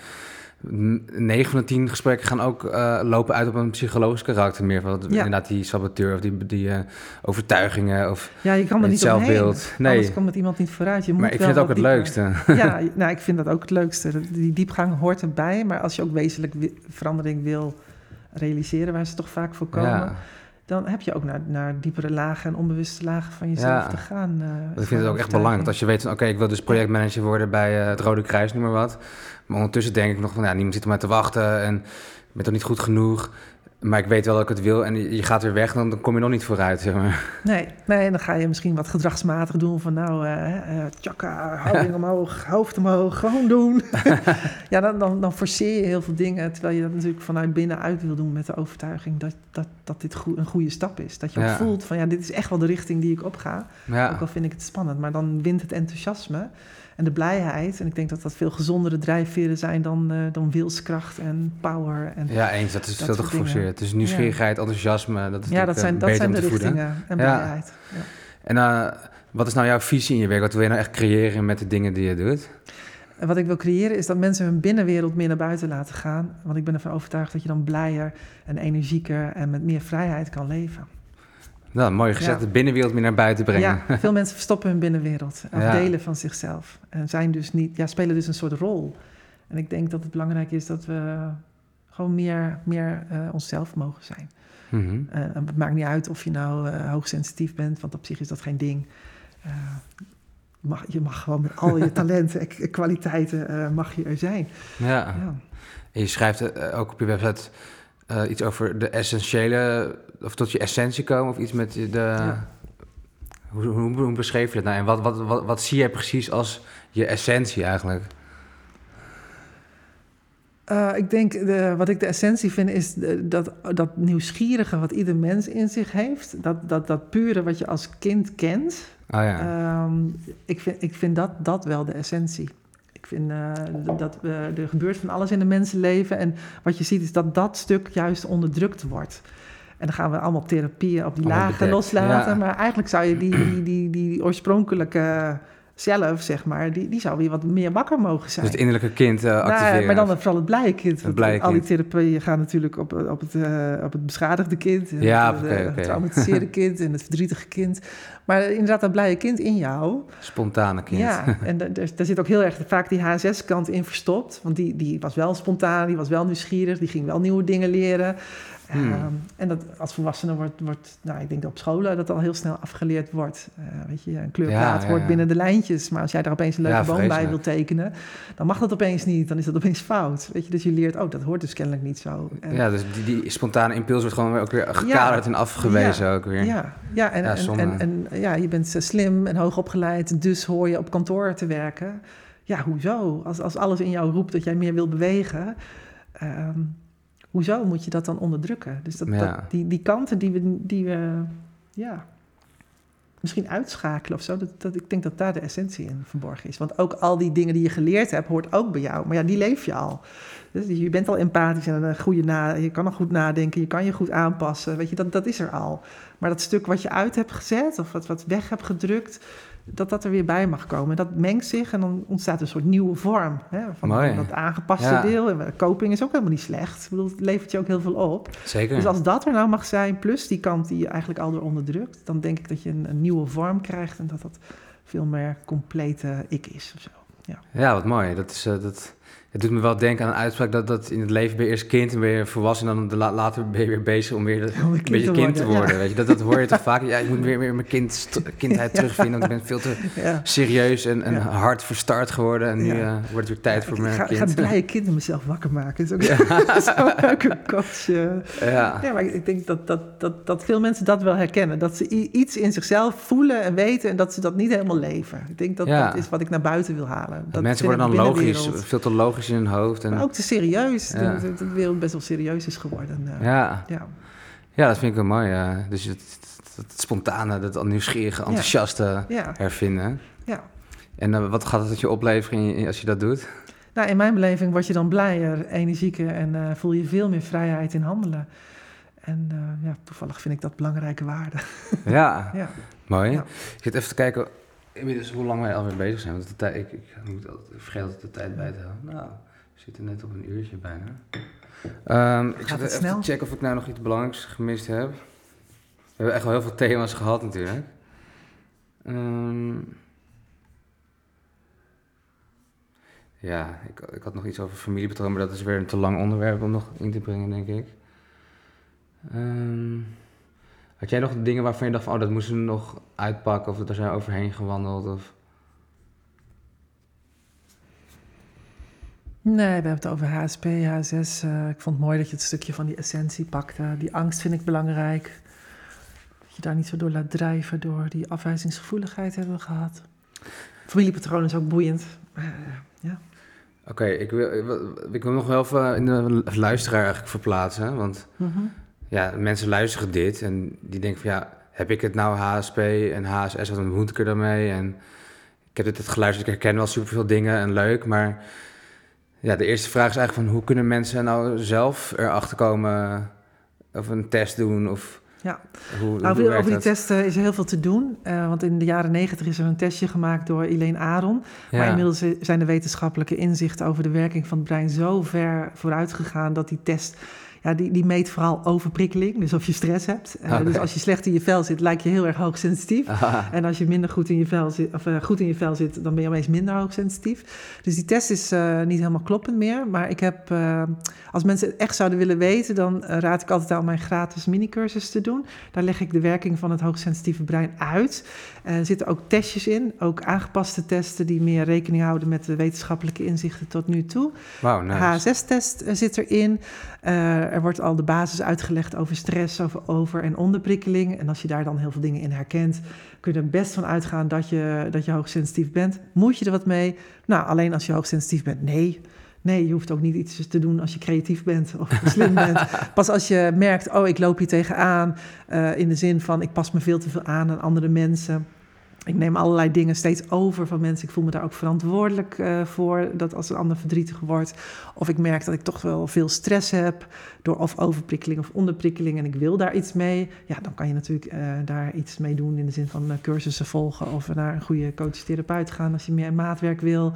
Speaker 1: 9 van de 10 gesprekken gaan ook lopen uit op een psychologisch karakter meer. Van inderdaad die saboteur of die overtuigingen of
Speaker 2: je kan er niet
Speaker 1: zelfbeeld.
Speaker 2: Omheen.
Speaker 1: Nee.
Speaker 2: Anders komt met iemand niet vooruit.
Speaker 1: Maar ik vind het ook het leukste.
Speaker 2: Ik vind dat ook het leukste. Die diepgang hoort erbij. Maar als je ook wezenlijk verandering wil realiseren, waar ze toch vaak voor komen, dan heb je ook naar diepere lagen en onbewuste lagen van jezelf te gaan.
Speaker 1: Ik vind het ook echt belangrijk. Want als je weet van, ik wil dus projectmanager worden bij het Rode Kruis, noem maar wat. Maar ondertussen denk ik nog van, niemand zit op mij te wachten en ik ben toch niet goed genoeg. Maar ik weet wel dat ik het wil en je gaat weer weg, dan kom je nog niet vooruit, zeg maar.
Speaker 2: Nee, en dan ga je misschien wat gedragsmatig doen van tjaka, houding omhoog, hoofd omhoog, gewoon doen. Dan forceer je heel veel dingen, terwijl je dat natuurlijk vanuit binnenuit wil doen met de overtuiging dat dit een goede stap is. Dat je ook voelt van, dit is echt wel de richting die ik opga. Ja. Ook al vind ik het spannend, maar dan wint het enthousiasme en de blijheid. En ik denk dat dat veel gezondere drijfveren zijn dan wilskracht en power. En
Speaker 1: eens, dat is veel te geforceerd. Dus nieuwsgierigheid, enthousiasme, dat is dat zijn
Speaker 2: de richtingen en blijheid. Ja.
Speaker 1: En wat is nou jouw visie in je werk? Wat wil je nou echt creëren met de dingen die je doet?
Speaker 2: En wat ik wil creëren is dat mensen hun binnenwereld meer naar buiten laten gaan. Want ik ben ervan overtuigd dat je dan blijer en energieker en met meer vrijheid kan leven.
Speaker 1: Nou, mooi gezegd, de binnenwereld meer naar buiten brengen.
Speaker 2: Ja, veel mensen verstoppen hun binnenwereld, delen van zichzelf. En zijn dus spelen dus een soort rol. En ik denk dat het belangrijk is dat we gewoon meer onszelf mogen zijn.
Speaker 1: Mm-hmm.
Speaker 2: Het maakt niet uit of je nou hoogsensitief bent, want op zich is dat geen ding. Je mag gewoon met al je talenten en kwaliteiten mag je er zijn.
Speaker 1: Ja. En je schrijft ook op je website iets over de essentiële, of tot je essentie komen, of iets met de... Hoe beschreef je dat nou? En wat zie jij precies als je essentie eigenlijk?
Speaker 2: Ik denk, wat ik de essentie vind, is dat nieuwsgierige wat ieder mens in zich heeft. Dat pure wat je als kind kent.
Speaker 1: Oh ja.
Speaker 2: Ik vind dat wel de essentie. Ik vind dat er gebeurt van alles in een mensenleven. En wat je ziet is dat stuk juist onderdrukt wordt. En dan gaan we allemaal therapieën op die lagen loslaten. Ja. Maar eigenlijk zou je die oorspronkelijke zelf, zeg maar, die zou weer wat meer wakker mogen zijn.
Speaker 1: Dus het innerlijke kind activeren.
Speaker 2: Maar dan vooral het blije kind.
Speaker 1: Blije
Speaker 2: al die therapieën gaan natuurlijk op het beschadigde kind. En het getraumatiseerde kind en het verdrietige kind. Maar inderdaad, dat blije kind in jou.
Speaker 1: Spontane kind.
Speaker 2: Ja, en daar zit ook heel erg vaak die HSS-kant in verstopt. Want die was wel spontaan, die was wel nieuwsgierig, die ging wel nieuwe dingen leren. En dat als volwassene wordt ik denk dat op scholen dat al heel snel afgeleerd wordt. Weet je, een kleurplaat hoort binnen de lijntjes. Maar als jij daar opeens een leuke boom bij wilt tekenen, dan mag dat opeens niet. Dan is dat opeens fout. Weet je, dus je leert, dat hoort dus kennelijk niet zo. En,
Speaker 1: dus die spontane impuls wordt gewoon ook weer gekaderd en afgewezen ook weer.
Speaker 2: Je bent slim en hoogopgeleid, dus hoor je op kantoor te werken. Ja, hoezo? Als alles in jou roept dat jij meer wil bewegen, hoezo moet je dat dan onderdrukken? Dus die kanten die we misschien uitschakelen of zo, ik denk dat daar de essentie in verborgen is. Want ook al die dingen die je geleerd hebt, hoort ook bij jou. Maar die leef je al. Dus je bent al empathisch en je kan al goed nadenken, je kan je goed aanpassen. Weet je, dat is er al. Maar dat stuk wat je uit hebt gezet of wat weg hebt gedrukt, dat er weer bij mag komen. Dat mengt zich en dan ontstaat een soort nieuwe vorm. Hè, van dat aangepaste deel. En coping is ook helemaal niet slecht. Ik bedoel, het levert je ook heel veel op.
Speaker 1: Zeker.
Speaker 2: Dus als dat er nou mag zijn, plus die kant die je eigenlijk al door onderdrukt, dan denk ik dat je een nieuwe vorm krijgt en dat veel meer complete ik is of zo. Ja,
Speaker 1: wat mooi. Dat is Het doet me wel denken aan een uitspraak dat in het leven ben je eerst kind en ben je volwassen en dan later ben je weer bezig om weer een beetje kind te worden. Ja. Weet je? Dat hoor je toch vaak. Ja, ik moet weer mijn kindheid terugvinden, want ik ben veel te serieus en hard verstard geworden. En nu wordt het weer tijd voor mijn kind.
Speaker 2: Ik ga blije kinderen mezelf wakker maken. Dat is ook zo'n leuke coach. Ja, maar ik denk dat veel mensen dat wel herkennen. Dat ze iets in zichzelf voelen en weten en dat ze dat niet helemaal leven. Ik denk dat is wat ik naar buiten wil halen.
Speaker 1: Dat mensen worden dan logisch, veel te logisch in hun hoofd. En...
Speaker 2: Maar ook te serieus. Ik denk dat de wereld best wel serieus is geworden.
Speaker 1: Ja, dat vind ik wel mooi. Ja. Dus het spontane, dat nieuwsgierige, enthousiaste hervinden. Ja. En wat gaat het dat je opleveren als je dat doet?
Speaker 2: Nou, in mijn beleving word je dan blijer, energieker en voel je veel meer vrijheid in handelen. En toevallig vind ik dat belangrijke waarde.
Speaker 1: Ja, mooi. Ja. Ik zit even te kijken inmiddels hoe lang wij alweer bezig zijn. Want ik vergeet altijd de tijd bij te houden. Nou, we zitten net op een uurtje bijna. Ik zit even te checken of ik nou nog iets belangrijks gemist heb. We hebben echt wel heel veel thema's gehad natuurlijk. Ik had nog iets over familiepatroon, maar dat is weer een te lang onderwerp om nog in te brengen, denk ik. Had jij nog dingen waarvan je dacht van, dat moesten we nog uitpakken of daar zijn we overheen gewandeld? Of...
Speaker 2: Nee, we hebben het over HSP, HSS. Ik vond het mooi dat je het stukje van die essentie pakte. Die angst vind ik belangrijk. Dat je daar niet zo door laat drijven door die afwijzingsgevoeligheid hebben we gehad. Familiepatroon is ook boeiend.
Speaker 1: Oké, ik wil nog wel even in de luisteraar eigenlijk verplaatsen, want... mensen luisteren dit en die denken van heb ik het nou HSP en HSS, wat moet ik er dan mee? En ik heb dit geluisterd, ik herken wel superveel dingen en leuk, maar de eerste vraag is eigenlijk van hoe kunnen mensen nou zelf erachter komen of een test doen of... Ja,
Speaker 2: over die testen is er heel veel te doen. Want in de jaren 90 is er een testje gemaakt door Elaine Aron. Ja. Maar inmiddels zijn de wetenschappelijke inzichten over de werking van het brein zo ver vooruit gegaan dat die test... Ja, die meet vooral overprikkeling, dus of je stress hebt. Dus als je slecht in je vel zit, lijk je heel erg hoogsensitief. En als je minder goed in je vel zit, of goed in je vel zit, dan ben je opeens minder hoogsensitief. Dus die test is niet helemaal kloppend meer. Maar ik heb, als mensen het echt zouden willen weten, dan raad ik altijd aan mijn gratis minicursus te doen. Daar leg ik de werking van het hoogsensitieve brein uit. Er zitten ook testjes in, ook aangepaste testen die meer rekening houden met de wetenschappelijke inzichten tot nu toe.
Speaker 1: Wow, nice.
Speaker 2: HSS-test zit erin. Er wordt al de basis uitgelegd over stress, over- en onderprikkeling. En als je daar dan heel veel dingen in herkent, kun je er best van uitgaan dat je hoogsensitief bent. Moet je er wat mee? Nou, alleen als je hoogsensitief bent, nee. Nee, je hoeft ook niet iets te doen als je creatief bent of slim bent. Pas als je merkt, ik loop hier tegenaan, in de zin van ik pas me veel te veel aan andere mensen. Ik neem allerlei dingen steeds over van mensen. Ik voel me daar ook verantwoordelijk voor, dat als een ander verdrietig wordt. Of ik merk dat ik toch wel veel stress heb door of overprikkeling of onderprikkeling en ik wil daar iets mee. Ja, dan kan je natuurlijk daar iets mee doen in de zin van cursussen volgen of naar een goede coach-therapeut gaan als je meer maatwerk wil.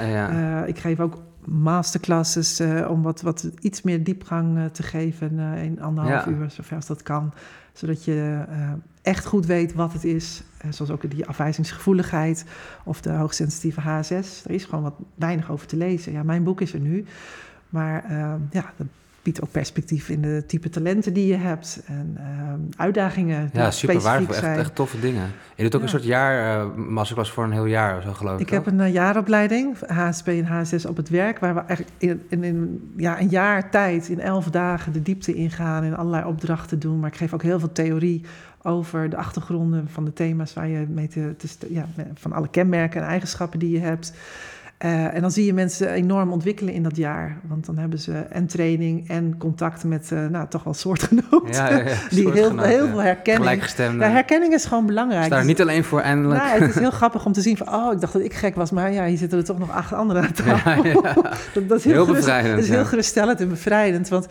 Speaker 2: Ja. Ik geef ook masterclasses om wat iets meer diepgang te geven in 1,5 uur, zover als dat kan. Zodat je echt goed weet wat het is. Zoals ook die afwijzingsgevoeligheid of de hoogsensitieve HSS. Er is gewoon wat weinig over te lezen. Ja, mijn boek is er nu. Maar dat biedt ook perspectief in de type talenten die je hebt. En uitdagingen die
Speaker 1: super waardevol. Echt toffe dingen. Je doet ook een soort masterclass voor een heel jaar of zo, geloof ik.
Speaker 2: Ik heb een jaaropleiding, HSP en HSS op het werk, waar we eigenlijk in een jaar tijd, in 11 dagen, de diepte ingaan en allerlei opdrachten doen. Maar ik geef ook heel veel theorie over de achtergronden van de thema's waar je mee van alle kenmerken en eigenschappen die je hebt. En dan zie je mensen enorm ontwikkelen in dat jaar. Want dan hebben ze en training en contact met toch wel soortgenoten. Die heel veel herkenning.
Speaker 1: Gelijkgestemde.
Speaker 2: Herkenning is gewoon belangrijk.
Speaker 1: Sta er niet alleen voor eindelijk.
Speaker 2: Het is heel grappig om te zien van, ik dacht dat ik gek was. Maar hier zitten er toch nog 8 anderen aan tafel. Dat is heel bevrijdend. Dat is heel geruststellend en bevrijdend. Want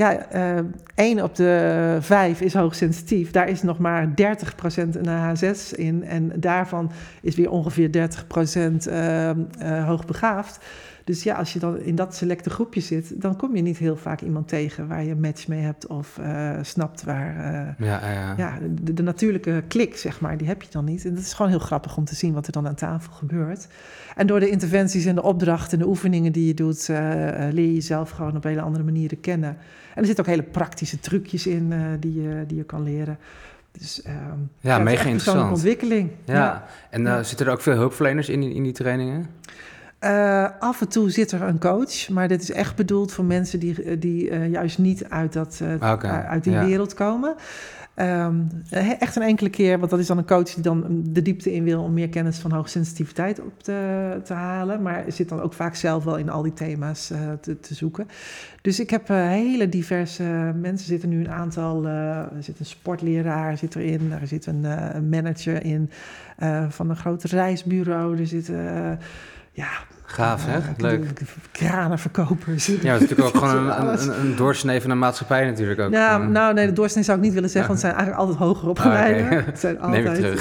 Speaker 2: 1 op de 5 is hoogsensitief. Daar is nog maar 30% een HSS in. En daarvan is weer ongeveer 30% hoogbegaafd. Dus ja, als je dan in dat selecte groepje zit, dan kom je niet heel vaak iemand tegen waar je een match mee hebt of snapt waar de natuurlijke klik, zeg maar, die heb je dan niet. En dat is gewoon heel grappig om te zien wat er dan aan tafel gebeurt. En door de interventies en de opdrachten en de oefeningen die je doet, leer je jezelf gewoon op hele andere manieren kennen. En er zitten ook hele praktische trucjes in die je kan leren. Dus,
Speaker 1: mega interessant.
Speaker 2: Ontwikkeling.
Speaker 1: Ja. En zitten er ook veel hulpverleners in die trainingen?
Speaker 2: Af en toe zit er een coach, maar dit is echt bedoeld voor mensen die juist niet uit die wereld komen. Echt een enkele keer, want dat is dan een coach die dan de diepte in wil om meer kennis van hoogsensitiviteit op te halen. Maar zit dan ook vaak zelf wel in al die thema's te zoeken. Dus ik heb hele diverse mensen. Er zitten nu een aantal, er zit een sportleraar zit erin, er zit een manager in van een groot reisbureau. Er zitten...
Speaker 1: Gaaf, hè? Leuk.
Speaker 2: Kranenverkopers.
Speaker 1: Ja, dat is natuurlijk ook gewoon een doorsnee van de maatschappij natuurlijk ook.
Speaker 2: Ja, de doorsnee zou ik niet willen zeggen, want het zijn eigenlijk altijd hoger opgeleiden.
Speaker 1: Okay.
Speaker 2: Zijn altijd,
Speaker 1: neem ik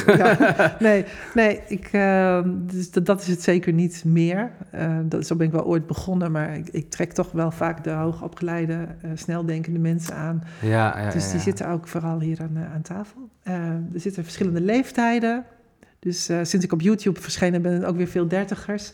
Speaker 1: terug.
Speaker 2: Dus dat is het zeker niet meer. Zo ben ik wel ooit begonnen, maar ik trek toch wel vaak de hoogopgeleide, sneldenkende mensen aan. Dus die zitten ook vooral hier aan tafel. Er zitten verschillende leeftijden. Dus sinds ik op YouTube verschenen ben, ook weer veel dertigers.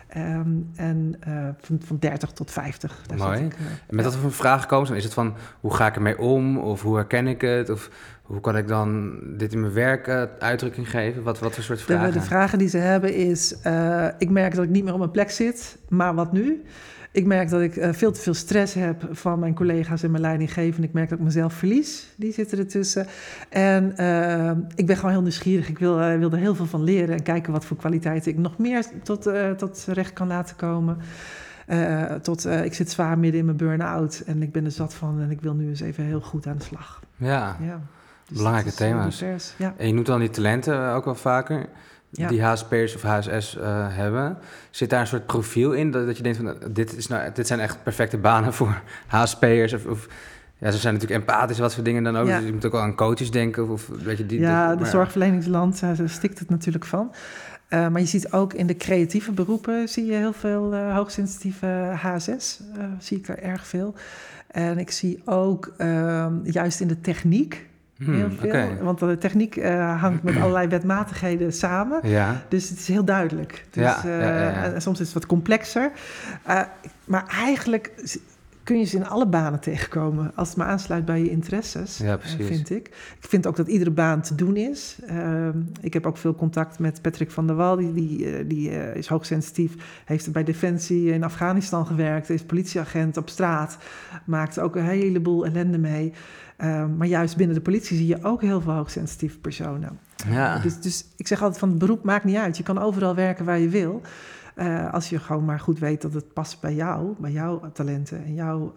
Speaker 2: Van 30 tot 50. Daar
Speaker 1: mooi.
Speaker 2: zit ik,
Speaker 1: en met dat voor vragen komen ze, is het van hoe ga ik ermee om? Of hoe herken ik het? Of hoe kan ik dan dit in mijn werk uitdrukking geven? Wat voor soort vragen?
Speaker 2: De vragen die ze hebben is, ik merk dat ik niet meer op mijn plek zit, maar wat nu? Ik merk dat ik veel te veel stress heb van mijn collega's en mijn leidinggevenden. Ik merk dat ik mezelf verlies. Die zitten ertussen. En ik ben gewoon heel nieuwsgierig. Ik wil er heel veel van leren en kijken wat voor kwaliteiten ik nog meer tot recht kan laten komen. Ik zit zwaar midden in mijn burn-out en ik ben er zat van en ik wil nu eens even heel goed aan de slag.
Speaker 1: Ja. Dus belangrijke thema's. Ja. En je noemt dan die talenten ook wel vaker. Ja. Die HSP'ers of HSS hebben. Zit daar een soort profiel in dat je denkt van dit zijn echt perfecte banen voor HSP'ers ze zijn natuurlijk empathisch, wat voor dingen dan ook. Dus je moet ook wel aan coaches denken of weet je
Speaker 2: de zorgverleningsland stikt het natuurlijk van. Maar je ziet ook in de creatieve beroepen zie je heel veel hoogsensitieve HSS. Zie ik er erg veel. En ik zie ook juist in de techniek heel veel. Okay. Want de techniek hangt met allerlei wetmatigheden samen. Ja. Dus het is heel duidelijk. Dus, en soms is het wat complexer. Maar eigenlijk kun je ze in alle banen tegenkomen. Als het maar aansluit bij je interesses, vind ik. Ik vind ook dat iedere baan te doen is. Ik heb ook veel contact met Patrick van der Wal. Die is hoogsensitief. Heeft bij Defensie in Afghanistan gewerkt. Is politieagent op straat. Maakt ook een heleboel ellende mee. Maar juist binnen de politie zie je ook heel veel hoogsensitieve personen. Ja. Dus ik zeg altijd van het beroep maakt niet uit. Je kan overal werken waar je wil. Als je gewoon maar goed weet dat het past bij jouw talenten en jouw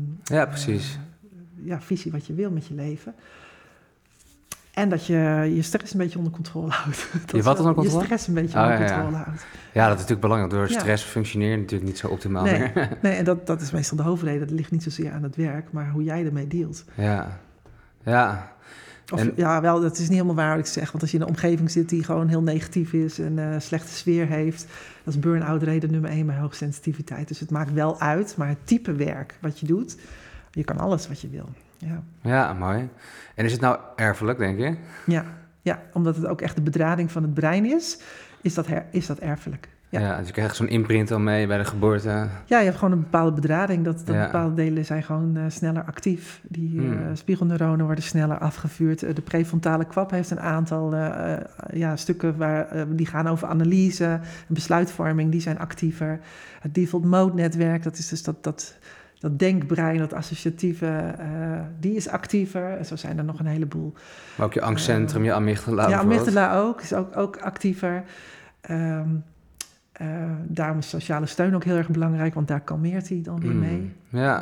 Speaker 2: visie wat je wil met je leven. En dat je je stress een beetje onder controle houdt. Je stress een beetje onder controle houdt.
Speaker 1: Ja, dat is natuurlijk belangrijk. Door stress functioneer je natuurlijk niet zo optimaal meer.
Speaker 2: Nee, en dat is meestal de hoofdreden. Dat ligt niet zozeer aan het werk, maar hoe jij ermee dealt.
Speaker 1: Ja.
Speaker 2: Dat is niet helemaal waar wat ik zeg. Want als je in een omgeving zit die gewoon heel negatief is en slechte sfeer heeft, dat is burn-out reden nummer 1 bij hoogsensitiviteit. Dus het maakt wel uit, maar het type werk wat je doet, je kan alles wat je wil.
Speaker 1: Ja, mooi. En is het nou erfelijk, denk je?
Speaker 2: Ja, omdat het ook echt de bedrading van het brein is dat erfelijk.
Speaker 1: Ja, dus je krijgt zo'n imprint al mee bij de geboorte.
Speaker 2: Ja, je hebt gewoon een bepaalde bedrading. Dat bepaalde delen zijn gewoon sneller actief. Die spiegelneuronen worden sneller afgevuurd. De prefrontale kwab heeft een aantal stukken die gaan over analyse en besluitvorming. Die zijn actiever. Het default mode netwerk, dat is dus dat denkbrein, dat associatieve, die is actiever. En zo zijn er nog een heleboel.
Speaker 1: Maar ook je angstcentrum, je amygdala.
Speaker 2: Ja, amygdala ook, is ook actiever. Daarom is sociale steun ook heel erg belangrijk, want daar kalmeert hij dan weer mee.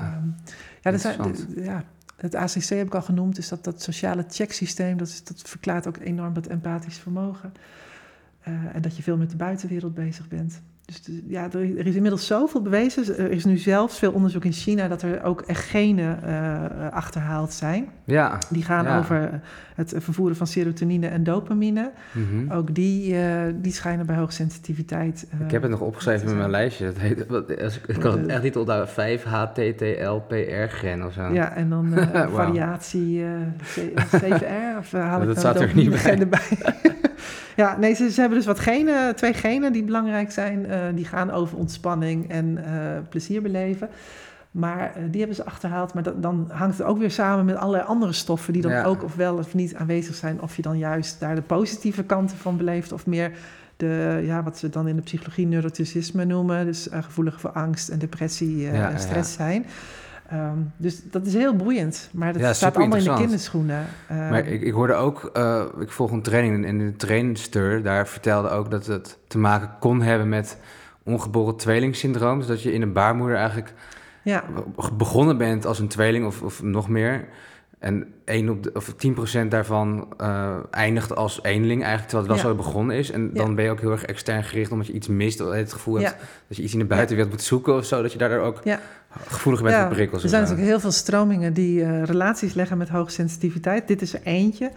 Speaker 2: Het ACC heb ik al genoemd, dus dat sociale checksysteem, dat verklaart ook enorm dat empathisch vermogen. En dat je veel met de buitenwereld bezig bent. Dus er is inmiddels zoveel bewezen. Er is nu zelfs veel onderzoek in China dat er ook echt genen achterhaald zijn.
Speaker 1: Ja.
Speaker 2: Die gaan over het vervoeren van serotonine en dopamine.
Speaker 1: Mm-hmm.
Speaker 2: Ook die schijnen bij hoogsensitiviteit.
Speaker 1: Ik heb het nog opgeschreven met mijn lijstje. Dat heet, ik kan het echt niet onthouden. 5-HTTLPR-gen of zo.
Speaker 2: Ja, en dan
Speaker 1: Wow.
Speaker 2: variatie CVR. Of haal ik
Speaker 1: dat staat er niet bij.
Speaker 2: Erbij. Ja, nee, ze hebben dus 2 genen die belangrijk zijn. Die gaan over ontspanning en plezier beleven. Maar die hebben ze achterhaald. Maar dan hangt het ook weer samen met allerlei andere stoffen... die dan ook of wel of niet aanwezig zijn. Of je dan juist daar de positieve kanten van beleeft... of meer wat ze dan in de psychologie neuroticisme noemen. Dus gevoelig voor angst en depressie en stress zijn... dus dat is heel boeiend, maar dat staat allemaal in de kinderschoenen.
Speaker 1: Maar ik hoorde ook, ik volg een training en de trainster daar vertelde ook dat het te maken kon hebben met ongeboren tweelingsyndroom. Dus dat je in een baarmoeder eigenlijk begonnen bent als een tweeling of nog meer. En 10% daarvan eindigt als eenling eigenlijk, terwijl het wel zo begonnen is. En dan ben je ook heel erg extern gericht, omdat je iets mist. Of het gevoel hebt dat je iets in de buitenwereld moet zoeken of zo. Dat je daardoor ook gevoelig bent voor prikkels.
Speaker 2: Er zijn natuurlijk heel veel stromingen die relaties leggen met hoogsensitiviteit. Dit is er eentje.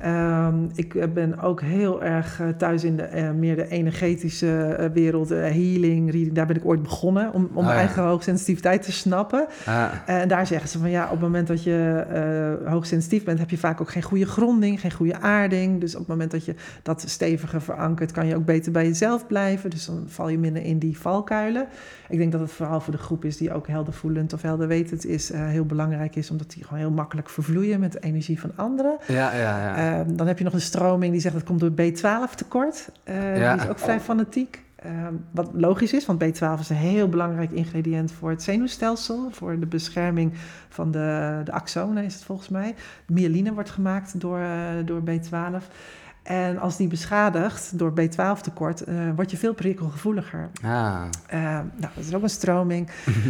Speaker 2: Ik ben ook heel erg thuis in meer de energetische wereld, healing, reading. Daar ben ik ooit begonnen om mijn eigen hoogsensitiviteit te snappen. En daar zeggen ze van op het moment dat je hoogsensitief bent, heb je vaak ook geen goede gronding, geen goede aarding. Dus op het moment dat je dat steviger verankert, kan je ook beter bij jezelf blijven. Dus dan val je minder in die valkuilen. Ik denk dat het vooral voor de groep is die ook heldervoelend of helderwetend is, heel belangrijk is, omdat die gewoon heel makkelijk vervloeien met de energie van anderen. Dan heb je nog een stroming die zegt dat komt door B12 tekort. Die is ook vrij fanatiek. Wat logisch is, want B12 is een heel belangrijk ingrediënt voor het zenuwstelsel, voor de bescherming van de axonen is het volgens mij. Myeline wordt gemaakt door B12. En als die beschadigt door B12 tekort, word je veel prikkelgevoeliger. Dat is ook een stroming.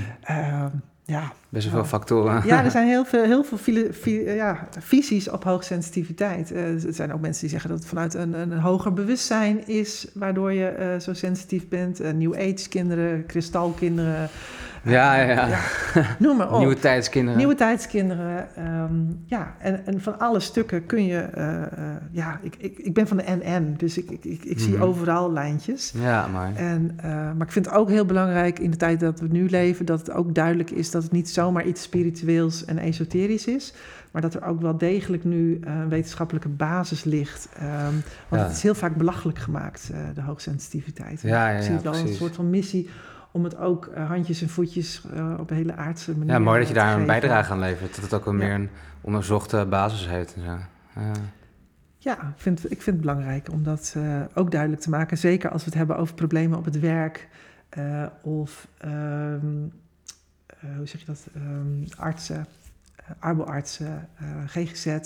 Speaker 1: Best wel veel factoren.
Speaker 2: Ja, er zijn heel veel visies op hoogsensitiviteit. Er zijn ook mensen die zeggen dat het vanuit een hoger bewustzijn is, waardoor je zo sensitief bent. New Age kinderen, kristalkinderen. Noem maar op. Nieuwe tijdskinderen. En van alle stukken kun je... Ik ben van de NN, dus ik zie overal lijntjes.
Speaker 1: Ja, maar
Speaker 2: ik vind het ook heel belangrijk in de tijd dat we nu leven, dat het ook duidelijk is dat het niet zomaar iets spiritueels en esoterisch is, maar dat er ook wel degelijk nu een wetenschappelijke basis ligt. Want het is heel vaak belachelijk gemaakt, de hoogsensitiviteit. Ik zie het wel als een soort van missie om het ook handjes en voetjes op een hele aardse manier
Speaker 1: Ja, mooi dat je daar een bijdrage aan levert. Dat het ook wel meer een onderzochte basis heeft. En zo.
Speaker 2: Ja, ik vind het belangrijk om dat ook duidelijk te maken. Zeker als we het hebben over problemen op het werk of hoe zeg je dat? Artsen, arboartsen, GGZ,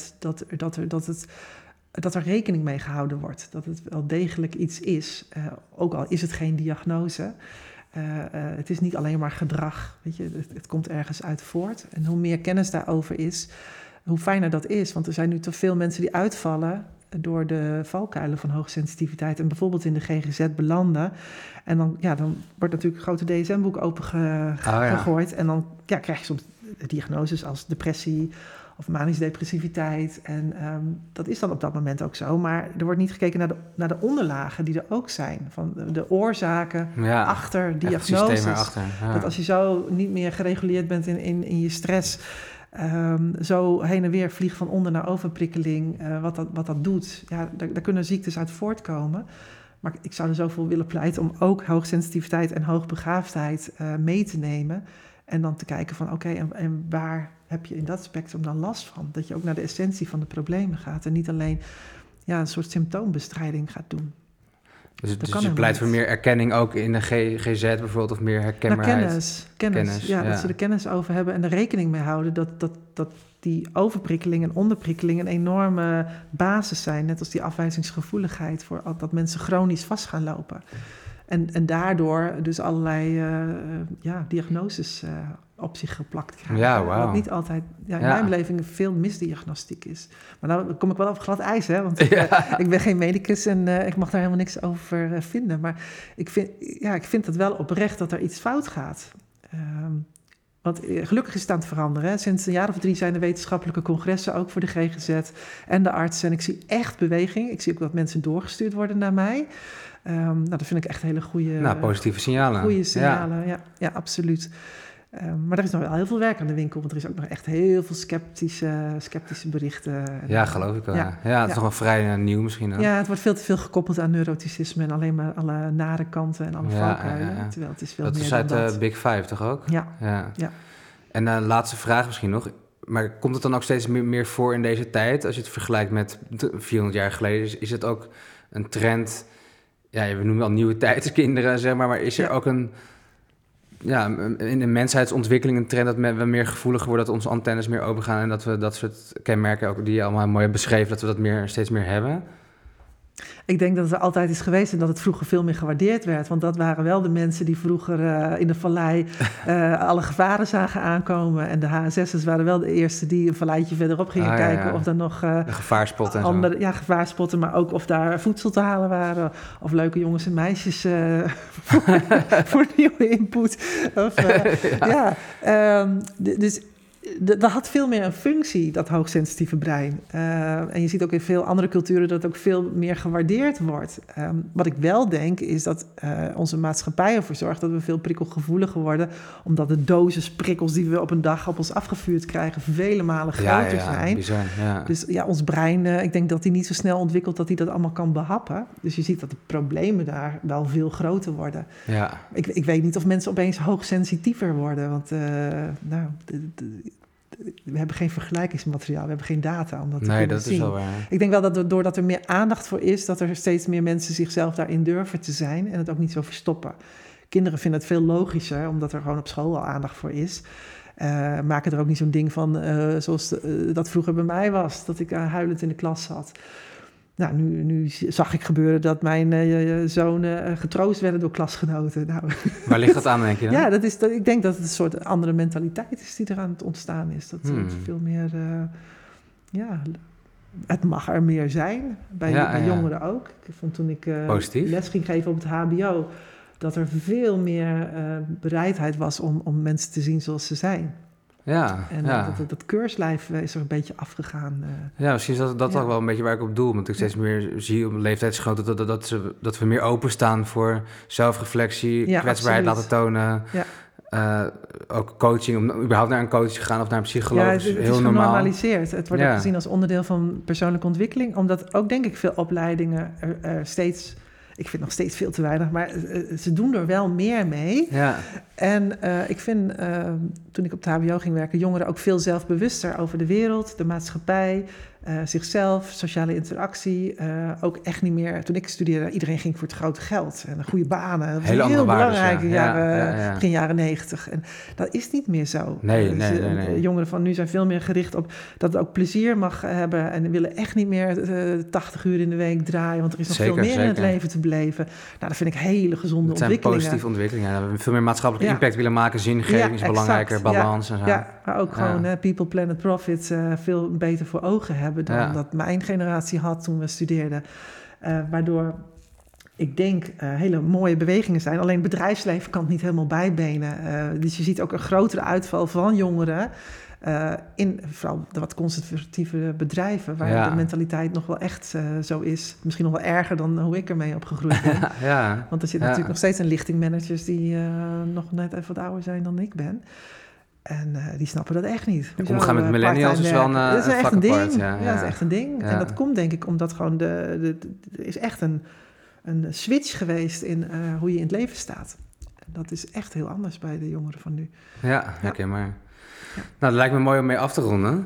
Speaker 2: dat er rekening mee gehouden wordt. Dat het wel degelijk iets is, ook al is het geen diagnose. Het is niet alleen maar gedrag, weet je, het komt ergens uit voort. En hoe meer kennis daarover is, hoe fijner dat is. Want er zijn nu te veel mensen die uitvallen door de valkuilen van hoogsensitiviteit en bijvoorbeeld in de GGZ belanden. En dan wordt natuurlijk een grote DSM-boek opengegooid. En dan krijg je soms diagnoses als depressie of manische depressiviteit. En dat is dan op dat moment ook zo. Maar er wordt niet gekeken naar de onderlagen die er ook zijn. Van de oorzaken achter diagnoses. Dat als je zo niet meer gereguleerd bent in je stress, zo heen en weer vliegt van onder naar overprikkeling, wat dat doet. Ja, daar kunnen ziektes uit voortkomen. Maar ik zou er zoveel willen pleiten om ook hoogsensitiviteit en hoogbegaafdheid mee te nemen. En dan te kijken van en waar heb je in dat spectrum dan last van? Dat je ook naar de essentie van de problemen gaat en niet alleen een soort symptoombestrijding gaat doen.
Speaker 1: Dus je pleit voor meer erkenning ook in de GZ bijvoorbeeld, of meer herkenbaarheid?
Speaker 2: Kennis. Dat ze er kennis over hebben en er rekening mee houden dat die overprikkeling en onderprikkeling een enorme basis zijn, net als die afwijzingsgevoeligheid, voor dat mensen chronisch vast gaan lopen. En daardoor dus allerlei diagnoses op zich geplakt krijgen.
Speaker 1: Ja, wauw.
Speaker 2: Wat niet altijd, in mijn beleving, veel misdiagnostiek is. Maar nou kom ik wel op glad ijs, hè? Want ik ben geen medicus en ik mag daar helemaal niks over vinden. Maar ik vind het wel oprecht dat er iets fout gaat. Want gelukkig is het aan het veranderen. Hè. Sinds een jaar of 3 zijn er wetenschappelijke congressen, ook voor de GGZ en de artsen. En ik zie echt beweging. Ik zie ook dat mensen doorgestuurd worden naar mij. Dat vind ik echt hele goede...
Speaker 1: positieve signalen.
Speaker 2: Goede signalen, ja, absoluut. Maar er is nog wel heel veel werk aan de winkel, want er is ook nog echt heel veel sceptische berichten.
Speaker 1: Ja, geloof ik wel. Ja, het is nog wel vrij nieuw misschien ook.
Speaker 2: Ja, het wordt veel te veel gekoppeld aan neuroticisme en alleen maar alle nare kanten en alle valkuilen. Ja. Terwijl het is veel meer dan dat.
Speaker 1: Dat is uit Big Five toch ook?
Speaker 2: Ja.
Speaker 1: En laatste vraag misschien nog. Maar komt het dan ook steeds meer voor in deze tijd? Als je het vergelijkt met 400 jaar geleden, is het ook een trend... Ja, we noemen al nieuwe tijdskinderen, zeg maar is er ook in de menshheidsontwikkeling een trend dat we meer gevoeliger worden, dat onze antennes meer open gaan en dat we dat soort kenmerken, ook die je allemaal mooi hebt beschreven, dat we dat steeds meer hebben?
Speaker 2: Ik denk dat het er altijd is geweest en dat het vroeger veel meer gewaardeerd werd. Want dat waren wel de mensen die vroeger in de vallei alle gevaren zagen aankomen. En de HSS'ers waren wel de eerste die een valleitje verderop gingen kijken of er nog...
Speaker 1: de gevaarspotten en zo.
Speaker 2: Ja, gevaarspotten, maar ook of daar voedsel te halen waren. Of leuke jongens en meisjes voor nieuwe input. Dus... Dat had veel meer een functie, dat hoogsensitieve brein. En je ziet ook in veel andere culturen dat het ook veel meer gewaardeerd wordt. Wat ik wel denk, is dat onze maatschappij ervoor zorgt dat we veel prikkelgevoeliger worden, omdat de dosis prikkels die we op een dag op ons afgevuurd krijgen vele malen groter zijn.
Speaker 1: Bizar, ja.
Speaker 2: Dus ons brein, ik denk dat die niet zo snel ontwikkelt dat hij dat allemaal kan behappen. Dus je ziet dat de problemen daar wel veel groter worden. Ja. Ik weet niet of mensen opeens hoogsensitiever worden, want we hebben geen vergelijkingsmateriaal, we hebben geen data om dat te kunnen zien. Nee, dat is wel waar. Ik denk wel dat doordat er meer aandacht voor is, dat er steeds meer mensen zichzelf daarin durven te zijn en het ook niet zo verstoppen. Kinderen vinden het veel logischer, omdat er gewoon op school al aandacht voor is. Maken er ook niet zo'n ding van, zoals dat vroeger bij mij was, dat ik huilend in de klas zat. Nou, nu zag ik gebeuren dat mijn zonen getroost werden door klasgenoten. Nou,
Speaker 1: waar ligt dat aan, denk je dan?
Speaker 2: Ja, ik denk dat het een soort andere mentaliteit is die er aan het ontstaan is. Dat het veel meer... het mag er meer zijn. Bij jongeren ook. Ik vond toen ik les ging geven op het hbo... dat er veel meer bereidheid was om mensen te zien zoals ze zijn. Dat keurslijf is er een beetje afgegaan.
Speaker 1: Ja, misschien is dat ook wel een beetje waar ik op doel. Want ik steeds meer zie op leeftijdsgrootte dat we meer openstaan voor zelfreflectie, kwetsbaarheid laten tonen. Ja. Ook coaching, om überhaupt naar een coach te gaan of naar een psycholoog. Ja,
Speaker 2: het is heel normaal. Genormaliseerd. Het wordt ook gezien als onderdeel van persoonlijke ontwikkeling. Omdat ook, denk ik, veel opleidingen er steeds... Ik vind nog steeds veel te weinig, maar ze doen er wel meer mee. Ja. En ik vind, toen ik op het hbo ging werken, jongeren ook veel zelfbewuster over de wereld, de maatschappij, zichzelf, sociale interactie. Ook echt niet meer, toen ik studeerde, iedereen ging voor het grote geld en goede banen. Dat was heel belangrijk begin jaren 90. En dat is niet meer zo. Nee. Jongeren van nu zijn veel meer gericht op dat het ook plezier mag hebben en willen echt niet meer 80 uur in de week draaien, want er is nog veel meer in het leven te beleven. Nou, dat vind ik hele gezonde ontwikkelingen. Dat zijn positieve
Speaker 1: ontwikkelingen. Veel meer maatschappelijke impact willen maken, zingeving is belangrijker, balans en zo.
Speaker 2: Ja, maar ook gewoon people, planet, profit veel beter voor ogen hebben dan dat mijn generatie had toen we studeerden. Waardoor ik denk hele mooie bewegingen zijn. Alleen het bedrijfsleven kan het niet helemaal bijbenen. Dus je ziet ook een grotere uitval van jongeren in vooral de wat conservatieve bedrijven, waar de mentaliteit nog wel echt zo is. Misschien nog wel erger dan hoe ik ermee opgegroeid ben. Want er zitten natuurlijk nog steeds een lichting managers die nog net even wat ouder zijn dan ik ben. En die snappen dat echt niet.
Speaker 1: Omgaan met millennials is wel een
Speaker 2: echt een ding.
Speaker 1: Apart,
Speaker 2: dat is echt een ding. En dat komt denk ik omdat gewoon er is echt een switch geweest in hoe je in het leven staat. En dat is echt heel anders bij de jongeren van nu.
Speaker 1: Ja, herkenbaar. Ja. Nou, dat lijkt me mooi om mee af te ronden.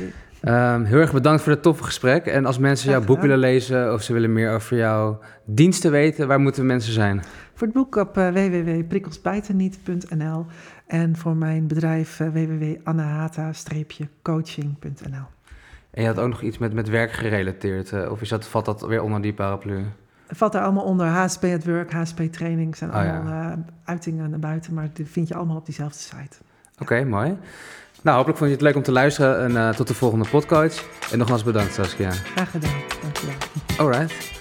Speaker 1: Heel erg bedankt voor het toffe gesprek. En als mensen jouw boek willen lezen of ze willen meer over jouw diensten weten, waar moeten mensen zijn?
Speaker 2: Voor het boek op www.prikkelsbijtenniet.nl en voor mijn bedrijf www.anahata-coaching.nl.
Speaker 1: En je had ook nog iets met werk gerelateerd, of valt dat weer onder die paraplu?
Speaker 2: Het valt daar allemaal onder. HSP at Work, HSP training zijn allemaal uitingen naar buiten. Maar die vind je allemaal op diezelfde site.
Speaker 1: Oké, mooi. Nou, hopelijk vond je het leuk om te luisteren. En tot de volgende podcast. En nogmaals bedankt, Saskia.
Speaker 2: Graag gedaan. Dankjewel.
Speaker 1: Alright.